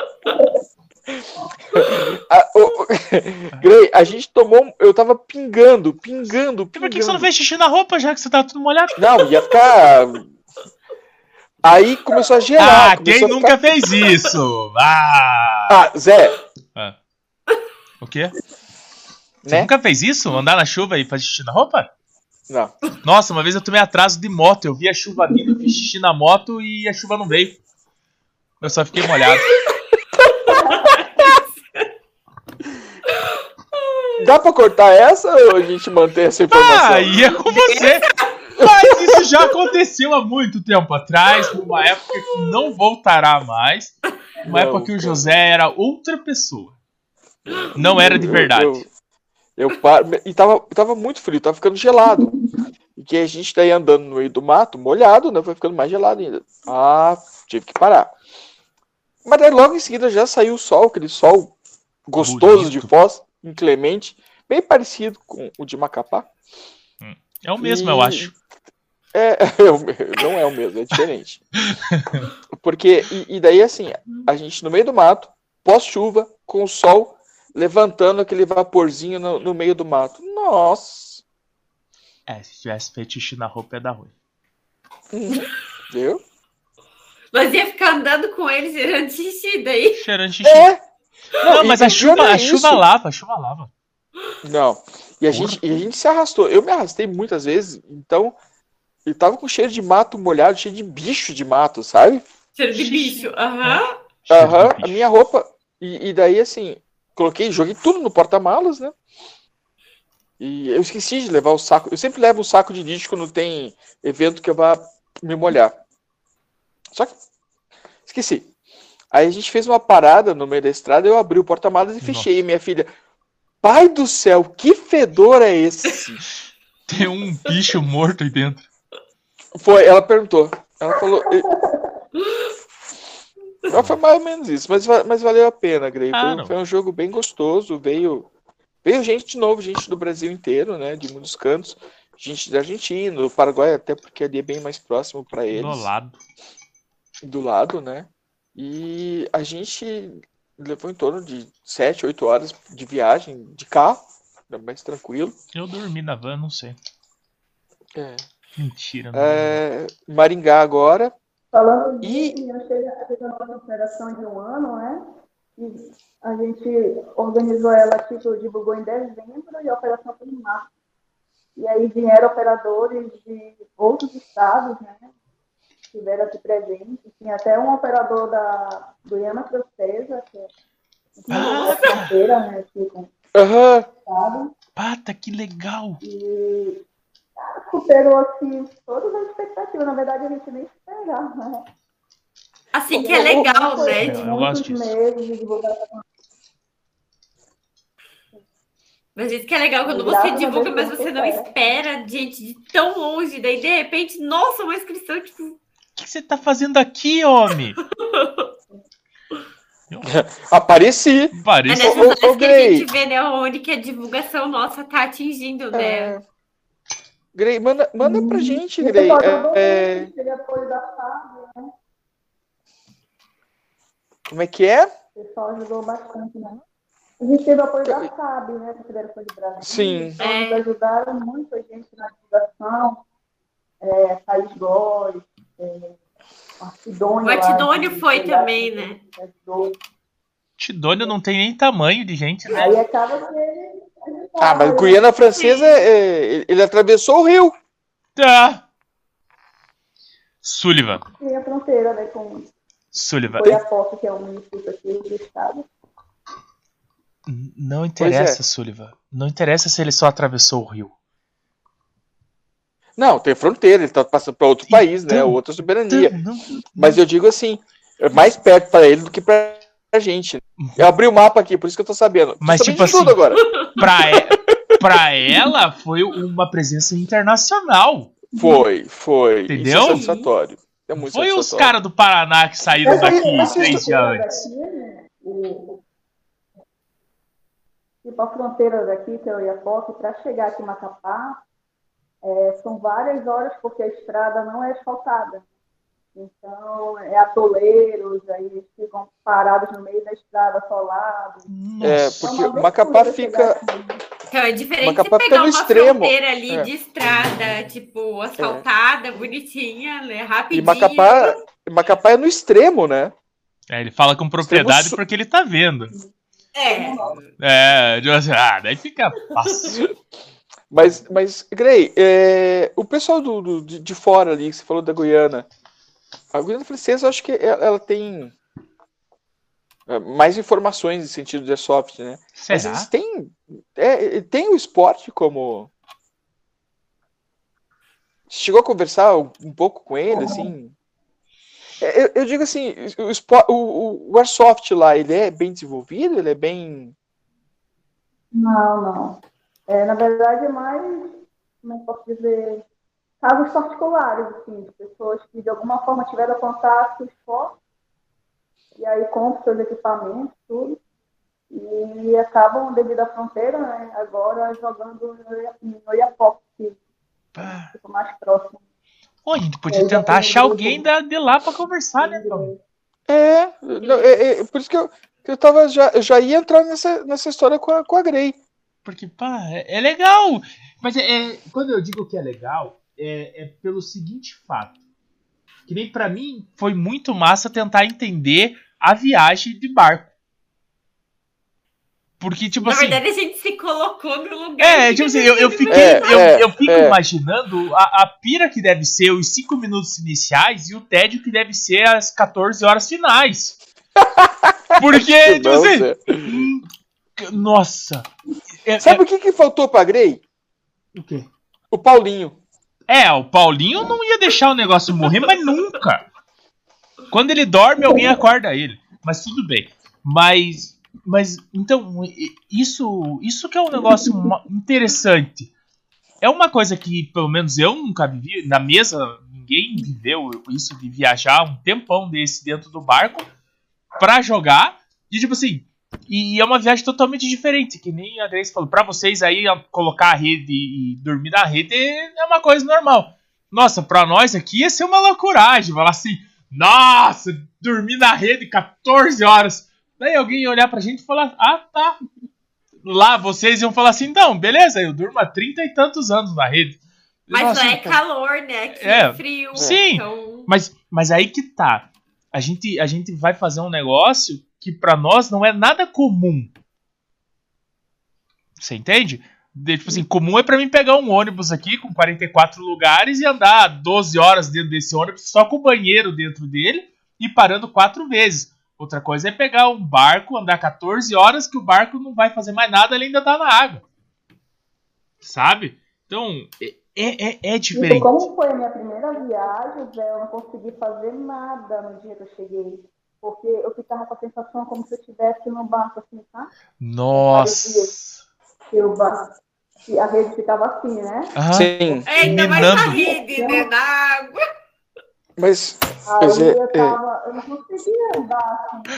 Grey, a gente tomou... Eu tava pingando. Por que você não fez xixi na roupa, já que você tava tudo molhado? Não, ia ficar... Aí começou a gelar. Quem nunca fez isso? Zé. O quê? Você nunca fez isso? Andar na chuva e fazer xixi na roupa? Não. Nossa, uma vez eu tomei atraso de moto. Eu vi a chuva vindo, fiz xixi na moto e a chuva não veio. Eu só fiquei molhado. Dá pra cortar essa ou a gente mantém essa informação? Aí é com você. Mas isso já aconteceu há muito tempo atrás, numa época que não voltará mais. Uma época que o José era outra pessoa. Não era de verdade. E tava muito frio, tava ficando gelado. E que a gente daí andando no meio do mato, molhado, né? Foi ficando mais gelado ainda. Tive que parar. Mas daí logo em seguida já saiu o sol, aquele sol gostoso bonito. De Foz, inclemente, bem parecido com o de Macapá. É o mesmo, eu acho. Não é o mesmo, é diferente. Porque, e daí assim, a gente no meio do mato, pós-chuva, com o sol levantando aquele vaporzinho no meio do mato. Nossa! Se tivesse feito xixi na roupa ia dar ruim. Viu? Mas ia ficar andando com ele cheirando xixi daí. Cheirando xixi. Não, mas a chuva lava. Não. E a gente se arrastou. Eu me arrastei muitas vezes, então ele tava com cheiro de mato molhado, cheio de bicho de mato, sabe? Cheiro de bicho, aham. A minha roupa. E daí, assim, joguei tudo no porta-malas, né? E eu esqueci de levar o saco. Eu sempre levo o saco de lixo quando tem evento que eu vá me molhar. Só que esqueci. Aí a gente fez uma parada no meio da estrada, eu abri o porta-malas e fechei. Minha filha, pai do céu, que fedor é esse? Tem um bicho morto aí dentro. Ela perguntou. Ela falou... Foi mais ou menos isso, mas valeu a pena, Grey. Foi um jogo bem gostoso, veio gente de novo, gente do Brasil inteiro, né, de muitos cantos, gente da Argentina, do Paraguai, até porque ali é bem mais próximo para eles. Do lado, né, e a gente levou em torno de 7, 8 horas de viagem de carro, mais tranquilo. Eu dormi na van, não sei. Mentira. Maringá agora. Falando disso, eu cheguei a fazer uma operação de 1 ano, né? E a gente organizou ela, divulgou em dezembro e a operação foi em março. E aí vieram operadores de outros estados, né? Estiveram aqui presentes. Tinha até um operador do Iana Francesa, que é uma fronteira, né? Aqui com o estado. Pata, que legal! E superou assim todas as expectativas. Na verdade, a gente nem esperava, né? Assim que é legal, né? Eu gosto disso. Meses de divulgação. Mas isso que é legal quando você divulga, mas você não espera gente de tão longe. Daí, de repente, nossa, uma inscrição, tipo... O que você tá fazendo aqui, homem? Apareci. É nessas horas que a gente vê, né, onde que a divulgação nossa tá atingindo, né? Grey, manda pra gente, Grey. Como é que é? O pessoal ajudou bastante, né? A gente teve o apoio da FAB, né? Da Federação de Brasil. Sim. Então, eles ajudaram muito a gente na divulgação. Thaís Góes, a Tidônia. O Tidônio foi também, né? Tidônio não tem nem tamanho de gente, né? Aí acaba que ele... Mas Guiana Francesa, ele atravessou o rio. Tá. Sullivan. Tem a fronteira, né? Com Sullivan. Oiapoque, que é um município aqui do estado. Não interessa, Sullivan. Não interessa se ele só atravessou o rio. Não, tem fronteira, ele tá passando para outro país, né? Outra soberania. Mas eu digo assim, é mais perto para ele do que pra gente. Eu abri o mapa aqui, por isso que eu tô sabendo. Mas tipo assim, tudo agora. Pra ela foi uma presença internacional. Foi. Entendeu? Isso é satisfatório. É muito foi satisfatório. Os caras do Paraná que saíram daqui 3 dias antes. Tipo, a fronteira daqui, que é o Oiapoque, para chegar aqui em Macapá, são várias horas, porque a estrada não é asfaltada. Então, atoleiros, aí eles ficam parados no meio da estrada, solados. Porque Macapá fica... Então, é diferente Macapá de pegar uma extremo. fronteira ali de estrada, tipo, asfaltada, bonitinha, né, rapidinho. E Macapá é no extremo, né? Ele fala com propriedade porque ele tá vendo. Daí fica fácil. Mas Grey, o pessoal de fora ali, que você falou da Guiana, a Guiana Francesa, eu acho que ela tem mais informações no sentido de airsoft, né? Será? Mas eles têm o esporte como... Chegou a conversar um pouco com ele, assim... Eu digo assim, o airsoft lá, ele é bem desenvolvido? Ele é bem... Não. Na verdade, é mais, como eu posso dizer, casos particulares, assim, de pessoas que de alguma forma tiveram contato com o esporte, e aí compram seus equipamentos, tudo, e acabam, devido à fronteira, né, agora jogando no Oiapoque, que fica mais próximo. Pô, a gente podia tentar achar alguém de lá pra conversar, né, Tom? Por isso que eu tava já ia entrar nessa história com a Grey. Porque, é legal. Mas quando eu digo que é legal, é pelo seguinte fato. Que nem pra mim foi muito massa tentar entender a viagem de barco. Porque, tipo assim... Na verdade, a gente se colocou no lugar. Tipo assim, eu fico imaginando a pira que deve ser os 5 minutos iniciais e o tédio que deve ser as 14 horas finais. Porque, tipo assim... Nossa... Sabe o que faltou pra Grey? O quê? O Paulinho. O Paulinho não ia deixar o negócio morrer, mas nunca. Quando ele dorme, alguém acorda ele. Mas tudo bem. Mas então, isso que é um negócio interessante. É uma coisa que, pelo menos, eu nunca vivi. Na mesa, ninguém viveu isso de viajar um tempão desse dentro do barco pra jogar. E, tipo assim... E é uma viagem totalmente diferente, que nem a Grace falou. Pra vocês aí, colocar a rede e dormir na rede é uma coisa normal. Nossa, pra nós aqui ia ser uma loucuragem. Falar assim, nossa, dormir na rede 14 horas. Daí alguém ia olhar pra gente e falar, tá. Lá vocês iam falar assim, não, beleza, eu durmo há 30 e tantos anos na rede. Mas nossa, lá é calor, né? Aqui é frio. Sim, então... mas aí que tá. A gente vai fazer um negócio que pra nós não é nada comum. Você entende? Tipo assim, comum é pra mim pegar um ônibus aqui com 44 lugares e andar 12 horas dentro desse ônibus só com o banheiro dentro dele e parando 4 vezes. Outra coisa é pegar um barco, andar 14 horas que o barco não vai fazer mais nada além de andar na água. Sabe? Então, é diferente. E como foi a minha primeira viagem, eu não consegui fazer nada no dia que eu cheguei. Porque eu ficava com a sensação como se eu estivesse no barco, assim, tá? Nossa! E a rede ficava assim, né? Sim. Ainda mais na rede, né? Na água. Mas... Aí eu não conseguia andar, assim.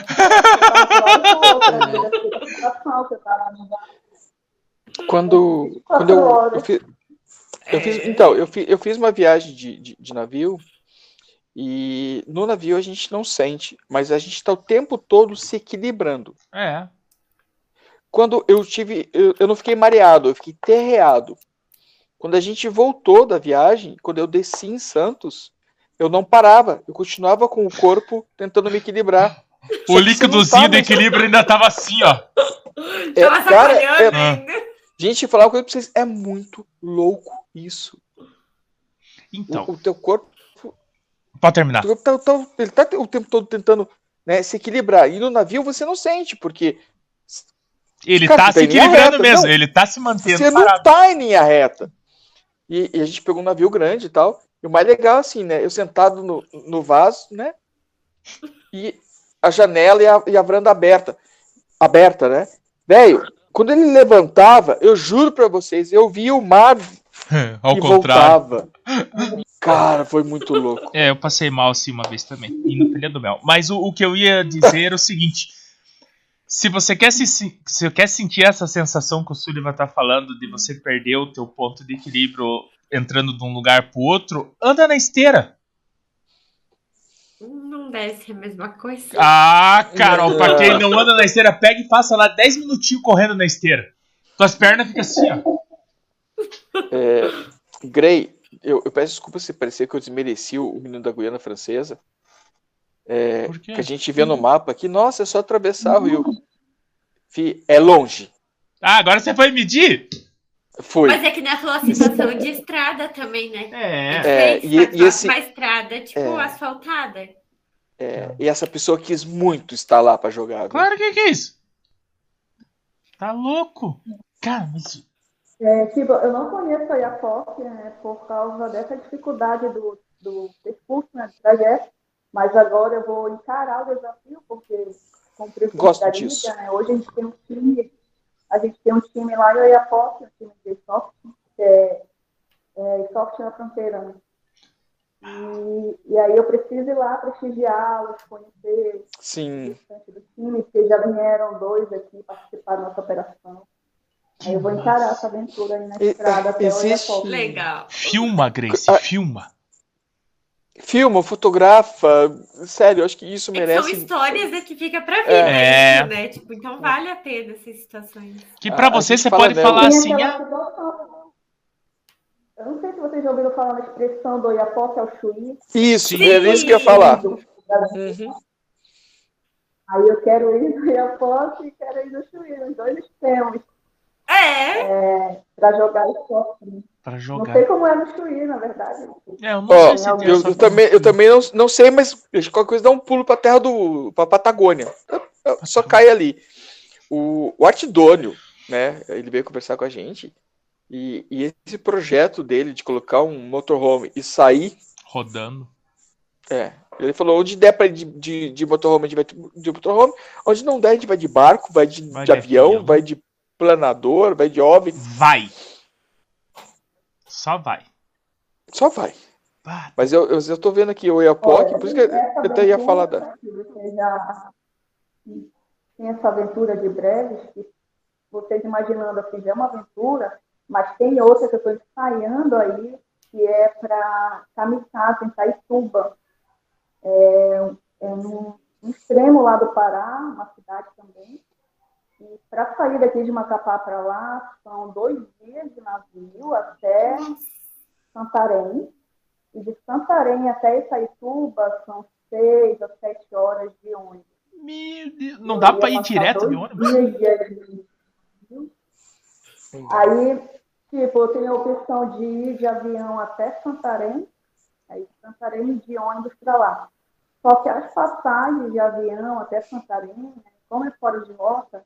Quando eu fiz uma viagem de navio E no navio a gente não sente, mas a gente está o tempo todo se equilibrando. Quando eu não fiquei mareado, eu fiquei terreado. Quando a gente voltou da viagem, quando eu desci em Santos, eu não parava, eu continuava com o corpo tentando me equilibrar. O líquidozinho do equilíbrio ainda tava assim, ó. Tava sacaneando ainda. Gente, falar uma coisa pra vocês, é muito louco isso. Então. O teu corpo... Pode terminar. Ele tá o tempo todo tentando, né, se equilibrar. E no navio você não sente, porque... Ele tá se equilibrando mesmo, ele tá se mantendo Você não tá em linha reta. E a gente pegou um navio grande e tal. E o mais legal, assim, né? Eu sentado no vaso, né? E a janela e a varanda aberta, né? Velho, quando ele levantava, eu juro pra vocês, eu via o mar ao contrário. Voltava. Cara, foi muito louco. Eu passei mal assim uma vez também, indo pra Ilha do Mel. Mas o que eu ia dizer era o seguinte: se você quer sentir essa sensação que o Sullivan tá falando de você perder o teu ponto de equilíbrio entrando de um lugar pro outro, anda na esteira. Não deve ser a mesma coisa. Carol, pra quem não anda na esteira, pega e passa lá 10 minutinhos correndo na esteira. Tuas pernas ficam assim, ó. Grey, eu peço desculpa se parecer que eu desmereci o menino da Guiana Francesa. Por quê? Que a gente vê no mapa aqui, nossa, é só atravessar o rio. É longe. Agora você foi medir? Foi. Mas é que na sua situação de estrada também, né? E uma estrada, tipo, asfaltada. E essa pessoa quis muito estar lá pra jogar. Viu? Claro que é isso. Tá louco? Cara, mas... eu não conheço a Iapoque, né, por causa dessa dificuldade do percurso, né, do trajeto, mas agora eu vou encarar o desafio, porque com o presidente da Liga, né, hoje a gente tem um time lá em Iapoque, um time de soft, que é soft na fronteira, né? E aí eu preciso ir lá prestigiá-los, conhecer o restante do time, porque já vieram 2 aqui participar da nossa operação. Aí eu vou encarar essa aventura aí na estrada até o Iapoque. Legal. Filma, Grace, filma. Filma, fotografa. Sério, eu acho que isso merece... São histórias que fica pra vida, né? Tipo, então vale a pena essas situações. Que pra você pode falar assim... Eu não sei se vocês já ouviram falar na expressão do Iapoque ao Chuí. Isso, era isso que eu ia falar. Aí eu quero ir no Iapoque e quero ir no Chuí, nos 2 extremos. Pra jogar esporte. Não sei como é no Chuí, na verdade. Eu não sei se eu também não sei, mas qualquer coisa dá um pulo pra terra pra Patagônia. Só cai ali. O Artidônio, né? Ele veio conversar com a gente. E esse projeto dele de colocar um motorhome e sair rodando. Ele falou, onde der pra ir de motorhome, a gente vai de motorhome. Onde não der, a gente vai de barco, vai de avião, vai de planador, vai de OVNI. Vai. Só vai. Mas eu tô vendo aqui o Iapoque, por isso que eu até ia falar da... Você já tem essa aventura de Breves, que vocês imaginando assim, já é uma aventura, mas tem outra que eu estou ensaiando aí, que é para Kamikaze, em Itaituba. No extremo lá do Pará, uma cidade também. E para sair daqui de Macapá para lá, são 2 dias de navio até Santarém. E de Santarém até Itaituba são 6 a 7 horas de ônibus. Meu Deus, não dá para ir direto de ônibus? Aí, eu tenho a opção de ir de avião até Santarém, aí de Santarém de ônibus para lá. Só que as passagens de avião até Santarém, né, como é fora de rota,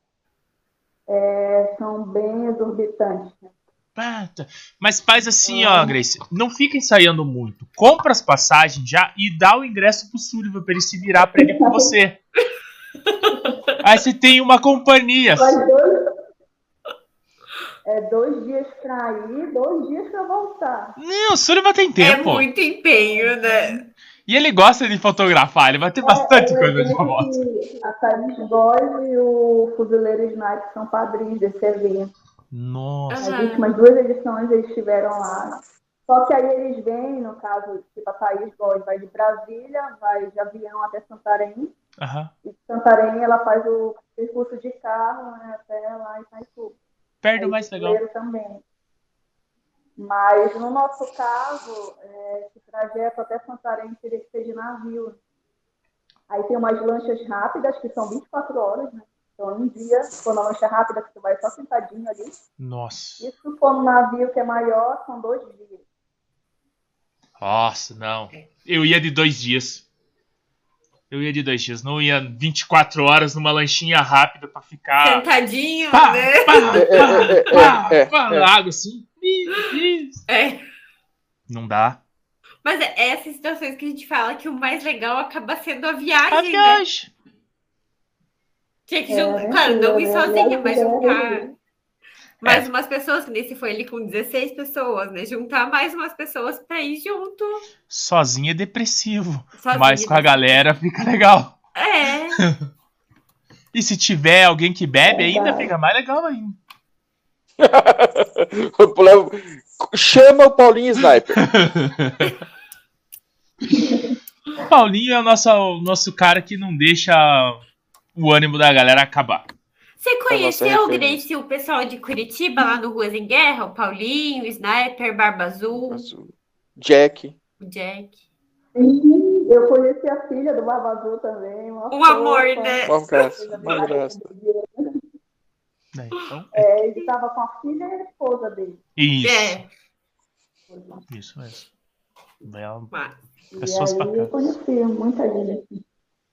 são bem exorbitantes. Né? Mas faz assim, ó, Grace, não fica ensaiando muito. Compra as passagens já e dá o ingresso pro Sullivan pra ele se virar pra ele com você. Aí você tem uma companhia. 2 dias pra ir, 2 dias pra voltar. Não, o Sullivan tem tempo. É muito empenho, né? E ele gosta de fotografar, ele vai ter bastante coisa de foto. A Thaís Góes e o Fuzileiro Sniper são padrinhos desse evento. Nossa. As últimas 2 edições eles estiveram lá. Só que aí eles vêm, no caso, tipo a Thaís vai de Brasília, vai de avião até Santarém. E de Santarém ela faz o percurso de carro, né, até lá em Itaituba. Perto mais legal. Também. Mas no nosso caso, esse trajeto até Santarém teria que ser de navio. Aí tem umas lanchas rápidas, que são 24 horas, né? Então, um dia, se for na lancha rápida, que você vai só sentadinho ali. Nossa. E se for no navio que é maior, são 2 dias. Nossa, não. Eu ia de 2 dias. Não ia 24 horas numa lanchinha rápida pra ficar... Sentadinho, pá, né? Água assim. Não dá. Mas é essas situações que a gente fala que o mais legal acaba sendo a viagem, A viagem. né? Tinha que juntar, claro, não ir sozinha, mas juntar mais umas pessoas, que nesse foi ali com 16 pessoas, né? Juntar mais umas pessoas pra ir junto. Sozinho é depressivo, mas com a galera fica legal. E se tiver alguém que bebe, ainda fica mais legal ainda. Chama o Paulinho Sniper. O Paulinho é o nosso cara que não deixa o ânimo da galera acabar. Você conheceu, Grace, o pessoal de Curitiba lá no Ruas em Guerra? O Paulinho, o Sniper, Barba Azul, Jack. o Jack. Sim, eu conheci a filha do Barba Azul também. Um amor, né? Uma graça. Então, ele estava com a filha e a esposa dele. Isso mesmo. Pessoas bacanas. Eu conheci muita gente.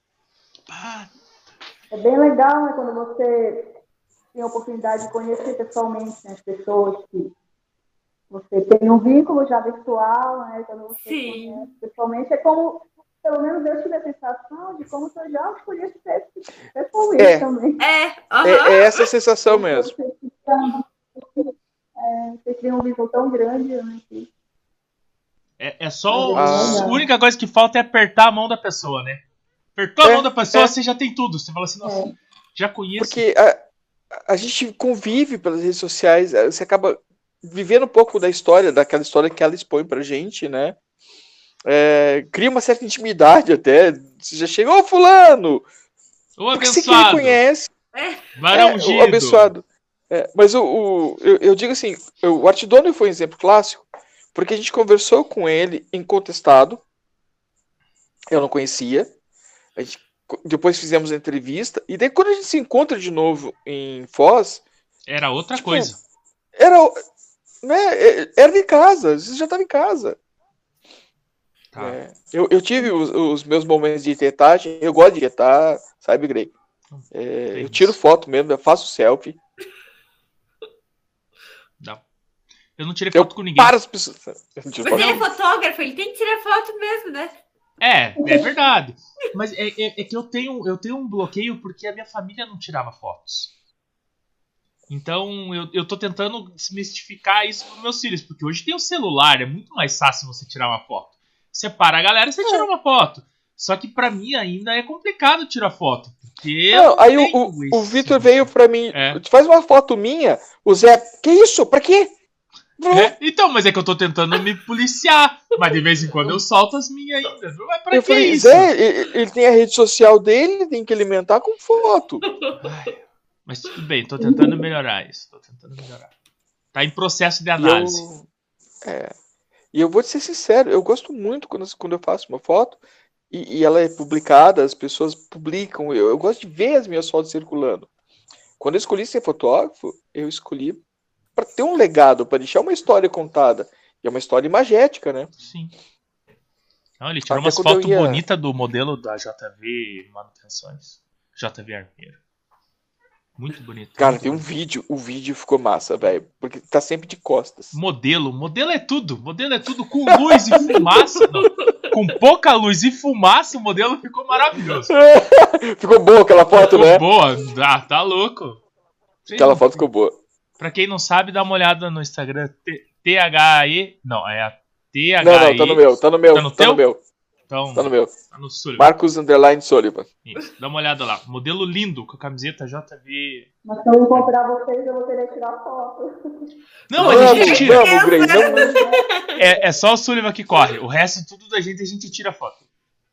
É bem legal, né, quando você tem a oportunidade de conhecer pessoalmente, né, as pessoas que você tem um vínculo já virtual, né, quando você conhece pessoalmente, é como, pelo menos eu tive a sensação de como se eu já os conheço pessoalmente também. É essa sensação mesmo. Você cria um vínculo tão grande, né, É só a única coisa que falta é apertar a mão da pessoa, né? Apertou a mão da pessoa, você já tem tudo. Você fala assim, nossa, já conheço. Porque a gente convive pelas redes sociais, você acaba vivendo um pouco daquela história que ela expõe pra gente, né? Cria uma certa intimidade até. Você já chega, ô fulano! O porque abençoado! Você que reconhece. O abençoado. Mas eu digo assim, o Artidônio foi um exemplo clássico, porque a gente conversou com ele incontestado. Eu não conhecia. Depois fizemos a entrevista. E daí quando a gente se encontra de novo em Foz... Era outra coisa. Era de casa. Você já estava em casa. Eu tive os meus momentos de tetagem. Eu gosto de tetar, sabe, Greg? Eu tiro foto mesmo, eu faço selfie. Não. Eu não tirei foto com ninguém. Para as pessoas. Mas ele é fotógrafo, ele tem que tirar foto mesmo, né? É verdade. Mas é que eu tenho um bloqueio porque a minha família não tirava fotos. Então eu tô tentando desmistificar isso pros meus filhos, porque hoje tem o celular, é muito mais fácil você tirar uma foto. Você para a galera e você tira uma foto. Só que pra mim ainda é complicado tirar foto. Porque aí o Vitor veio pra mim, faz uma foto minha, o Zé, que isso? Pra quê? Então, mas é que eu tô tentando me policiar. Mas de vez em quando eu solto as minhas ainda. Mas pra eu que falei, isso? Zé, ele tem a rede social dele, tem que alimentar com foto. Mas tudo bem, tô tentando melhorar isso. Tá em processo de análise. E eu vou te ser sincero, eu gosto muito quando eu faço uma foto e ela é publicada, as pessoas publicam. Eu gosto de ver as minhas fotos circulando. Quando eu escolhi ser fotógrafo, eu escolhi para ter um legado, para deixar uma história contada. E é uma história imagética, né? Sim. Não, ele tirou umas fotos bonitas do modelo da JV Manutenções. JV Armeiro. Muito bonito. Cara, tem um vídeo. O vídeo ficou massa, velho. Porque tá sempre de costas. Modelo é tudo. Modelo é tudo com luz e fumaça. Não. Com pouca luz e fumaça, o modelo ficou maravilhoso. Ficou boa aquela foto, né? Ficou boa. Tá louco. Aquela foto ficou boa. Pra quem não sabe, dá uma olhada no Instagram. THE. Não, é a THE. Não, tá no meu. Tá no meu. Então, Tá no meu. Tá no Sullivan. Marcos _ Sullivan. Isso, dá uma olhada lá. Modelo lindo, com a camiseta JV. Mas se eu encontrar vocês, eu vou querer tirar foto. Não, mas a gente tira. Vamos, Grey. É só o Sullivan que corre. O resto, tudo da gente, a gente tira foto.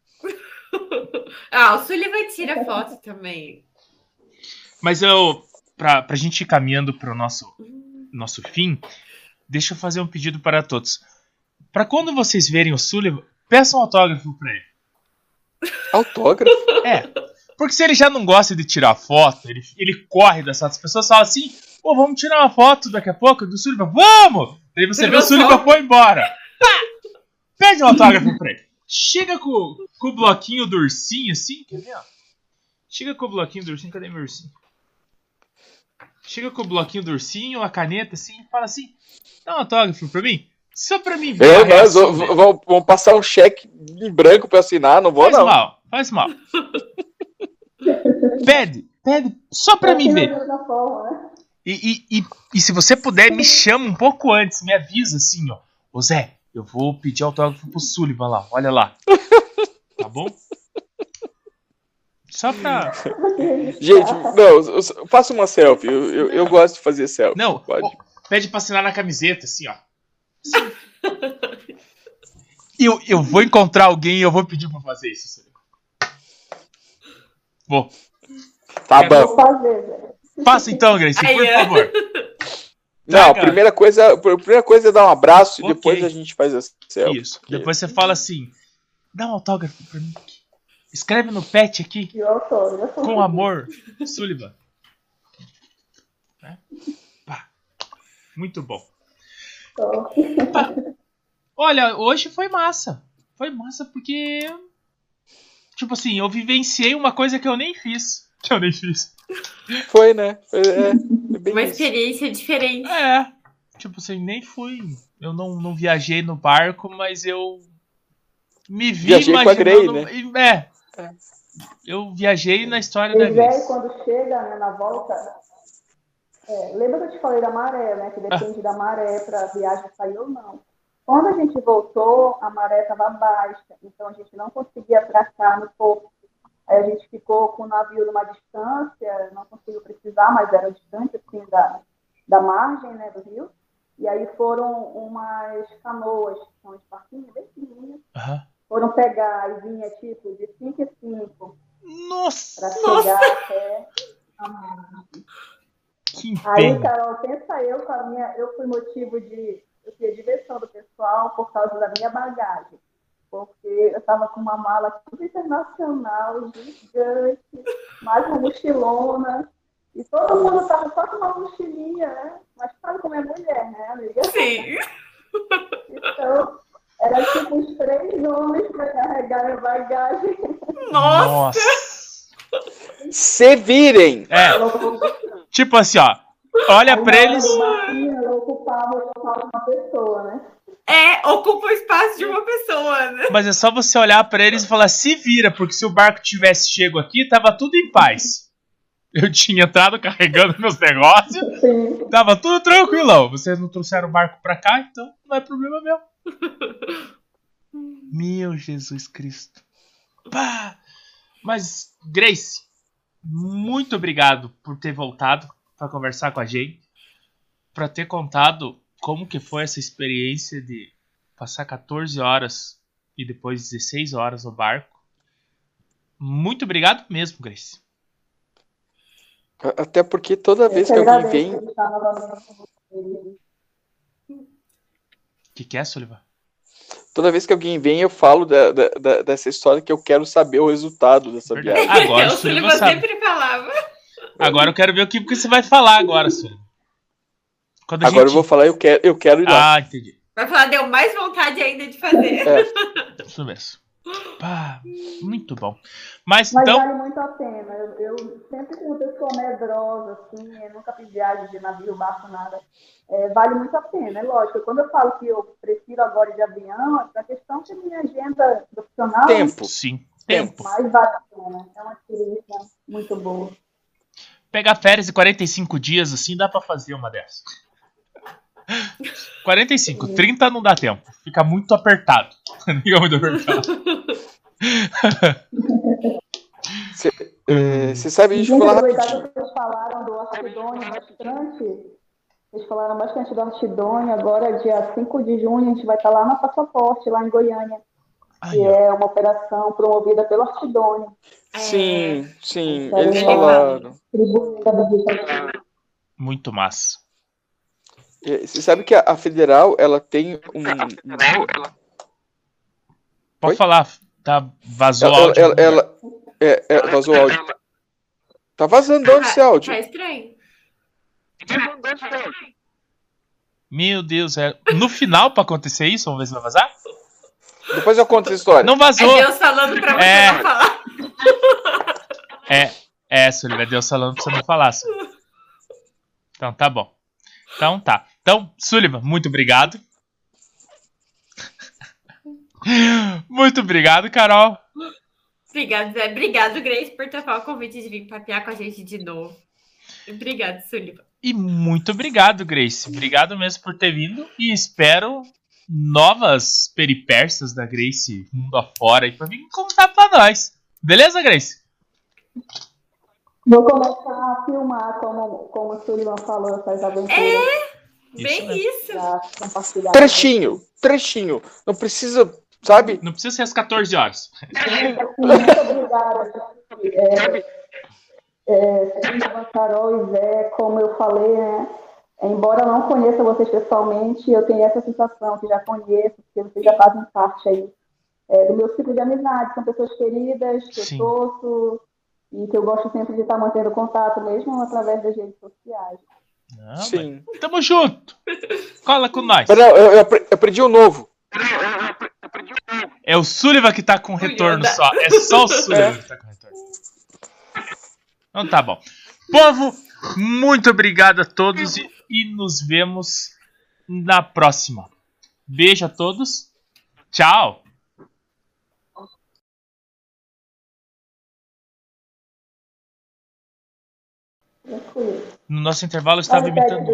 O Sullivan tira foto também. Mas pra gente ir caminhando pro nosso fim, deixa eu fazer um pedido para todos. Pra quando vocês verem o Sullivan, peçam um autógrafo pra ele. Autógrafo? Porque se ele já não gosta de tirar foto, ele corre das fotos. As pessoas falam assim, pô, vamos tirar uma foto daqui a pouco do Sullivan? Vamos! Daí você vê o Sullivan foi embora. Pede um autógrafo pra ele. Chega com o bloquinho do ursinho, assim, quer ver, ó? Chega com o bloquinho do ursinho, cadê meu ursinho? Chega com o bloquinho do ursinho, a caneta, assim, e fala assim, dá um autógrafo pra mim? Só pra mim ver. Mas vão passar um cheque em branco pra assinar, não vou não. Faz mal. Pede, só pra mim ver. E se você puder, me chama um pouco antes, me avisa assim, ó. Ô Zé, eu vou pedir autógrafo pro Sullivan lá, olha lá. Tá bom? Só pra... Gente, não, faça uma selfie. Eu gosto de fazer selfie. Não, pede pra assinar na camiseta, assim, ó. Eu vou encontrar alguém e eu vou pedir pra fazer isso, Sullivan. Vou. Tá bom. Vou fazer, velho. Faça então, Grace, por favor. Não, a primeira coisa é dar um abraço e depois a gente faz a selfie. Isso. Depois você fala assim, dá um autógrafo pra mim. Escreve no pet aqui. Com amor, Sullivan. Muito bom. Olha, hoje foi massa. Foi massa porque... Tipo assim, eu vivenciei uma coisa que eu nem fiz. Foi, né? Foi bem uma isso. experiência diferente. Tipo assim, nem fui... Eu não viajei no barco, mas eu me vi viajei imaginando... com a Grey, né? Eu viajei na história da Grace. E quando chega, né, na volta... lembra que eu te falei da maré, né? Que depende da maré para a viagem sair ou não. Quando a gente voltou, a maré estava baixa, então a gente não conseguia atracar no porto. Aí a gente ficou com o navio numa distância, não conseguiu precisar, mas era distante assim, da margem, né, do rio. E aí foram umas canoas, que são uns barquinhos bem pequenininhos, foram pegar e vinha tipo de 5 em 5 para chegar até a margem. Aí, Carol, pensa eu fui motivo de diversão do pessoal por causa da minha bagagem. Porque eu estava com uma mala tudo internacional, gigante, mais uma mochilona. E todo mundo estava só com uma mochilinha, né? Mas sabe como é mulher, né, amiga? Sim. Então, era tipo uns 3 homens para carregar a bagagem. Nossa! Se virem! Tipo assim, ó. Olha pra eles. Ocupava o espaço de uma pessoa, né? Ocupa o espaço de uma pessoa, né? Mas é só você olhar pra eles e falar, se vira, porque se o barco tivesse chego aqui, tava tudo em paz. Eu tinha entrado carregando meus negócios, tava tudo tranquilão. Vocês não trouxeram o barco pra cá, então não é problema meu. Meu Jesus Cristo. Pá. Mas, Grace, muito obrigado por ter voltado para conversar com a gente, para ter contado como que foi essa experiência de passar 14 horas e depois 16 horas no barco. Muito obrigado mesmo, Grace. Até porque toda vez que alguém vem... O que é, Sullivan? Toda vez que alguém vem, eu falo dessa história que eu quero saber o resultado dessa viagem. Agora o Sullivan sempre falava. Agora eu quero ver o que você vai falar agora, Sullivan. Eu vou falar, eu quero ir lá. Ah, entendi. Vai falar, deu mais vontade ainda de fazer. Isso mesmo. Pá, muito bom. Mas então... vale muito a pena. Eu sempre fui uma pessoa medrosa, assim, eu nunca fiz viagem de navio, barco, nada. Vale muito a pena, é lógico. Quando eu falo que eu prefiro agora de avião, é a questão que minha agenda profissional... Tempo. Sim, tempo. Mas vale a pena. É uma experiência muito boa. Pegar férias de 45 dias, assim, dá pra fazer uma dessas. 45, 30 não dá tempo. Fica muito apertado. Fica muito apertado. Você sabe, a gente Gente, falou aproveitar rapidinho. que vocês falaram do Archidônio bastante. Vocês falaram bastante do Archidônio. Agora, dia 5 de junho, a gente vai estar lá no Passaporte, lá em Goiânia. Aí, Que ó. é uma operação promovida pelo Archidônio. Sim, sim, É, eles ele falaram. Tributo da visita. Muito massa. Você sabe que a Federal, ela tem um... Pode Oi? falar. Tá, vazou áudio. Vazou áudio. Tá vazando onde esse áudio? Tá estranho. Meu Deus, no final pra acontecer isso, vamos ver se vai vazar? Depois eu conto essa história. Não É vazou. Deus falando pra você É. não falar. Sullivan, é Deus falando pra você não falar. Sullivan. Então, tá bom. Então, tá. Então, Sullivan, muito obrigado. Muito obrigado, Carol. Obrigado, Zé. Obrigado, Grace, por topar o convite de vir papear com a gente de novo. Obrigado, Sullivan. E muito obrigado, Grace. Obrigado mesmo por ter vindo. E espero novas peripécias da Grace mundo afora aí pra vir contar pra nós. Beleza, Grace? Vou começar a filmar, como o Sullivan falou, essas aventuras. Bem isso. Pra compartilhar. Trechinho. Não precisa, sabe? Não precisa ser às 14 horas. Muito obrigada. Sullivan, Carol e Zé, como eu falei, né? Embora eu não conheça vocês pessoalmente, eu tenho essa sensação que já conheço, porque vocês já fazem parte aí do meu ciclo de amizade. São pessoas queridas, que eu torço e que eu gosto sempre de estar mantendo contato, mesmo através das redes sociais. Não, Sim. mas tamo junto. Cola com nós. Mas não, eu aprendi um novo. É o Sullivan que tá com retorno só. É só o Sullivan que tá com retorno. Então tá bom. Povo, muito obrigado a todos e nos vemos na próxima. Beijo a todos. Tchau. No nosso intervalo eu estava imitando.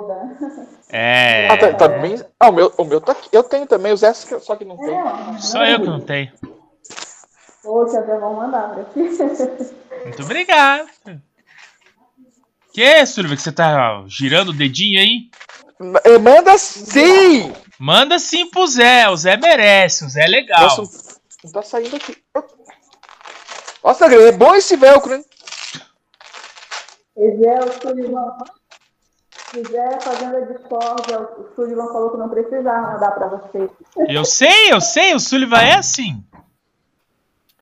Tá bem. O meu tá aqui. Eu tenho também os S, só que não tem. Só eu que não tenho. Poxa, já vou mandar pra ti. Muito obrigado. Que, Sullivan, que você tá girando o dedinho aí? Manda sim! Manda sim pro Zé. O Zé merece. O Zé é legal. Nossa, não tá saindo aqui. Nossa, é bom esse velcro, hein? Zé, o Sullivan. Zé, fazendo a discórdia, o Sullivan falou que não precisava mandar pra vocês. Eu sei. O Sullivan é assim.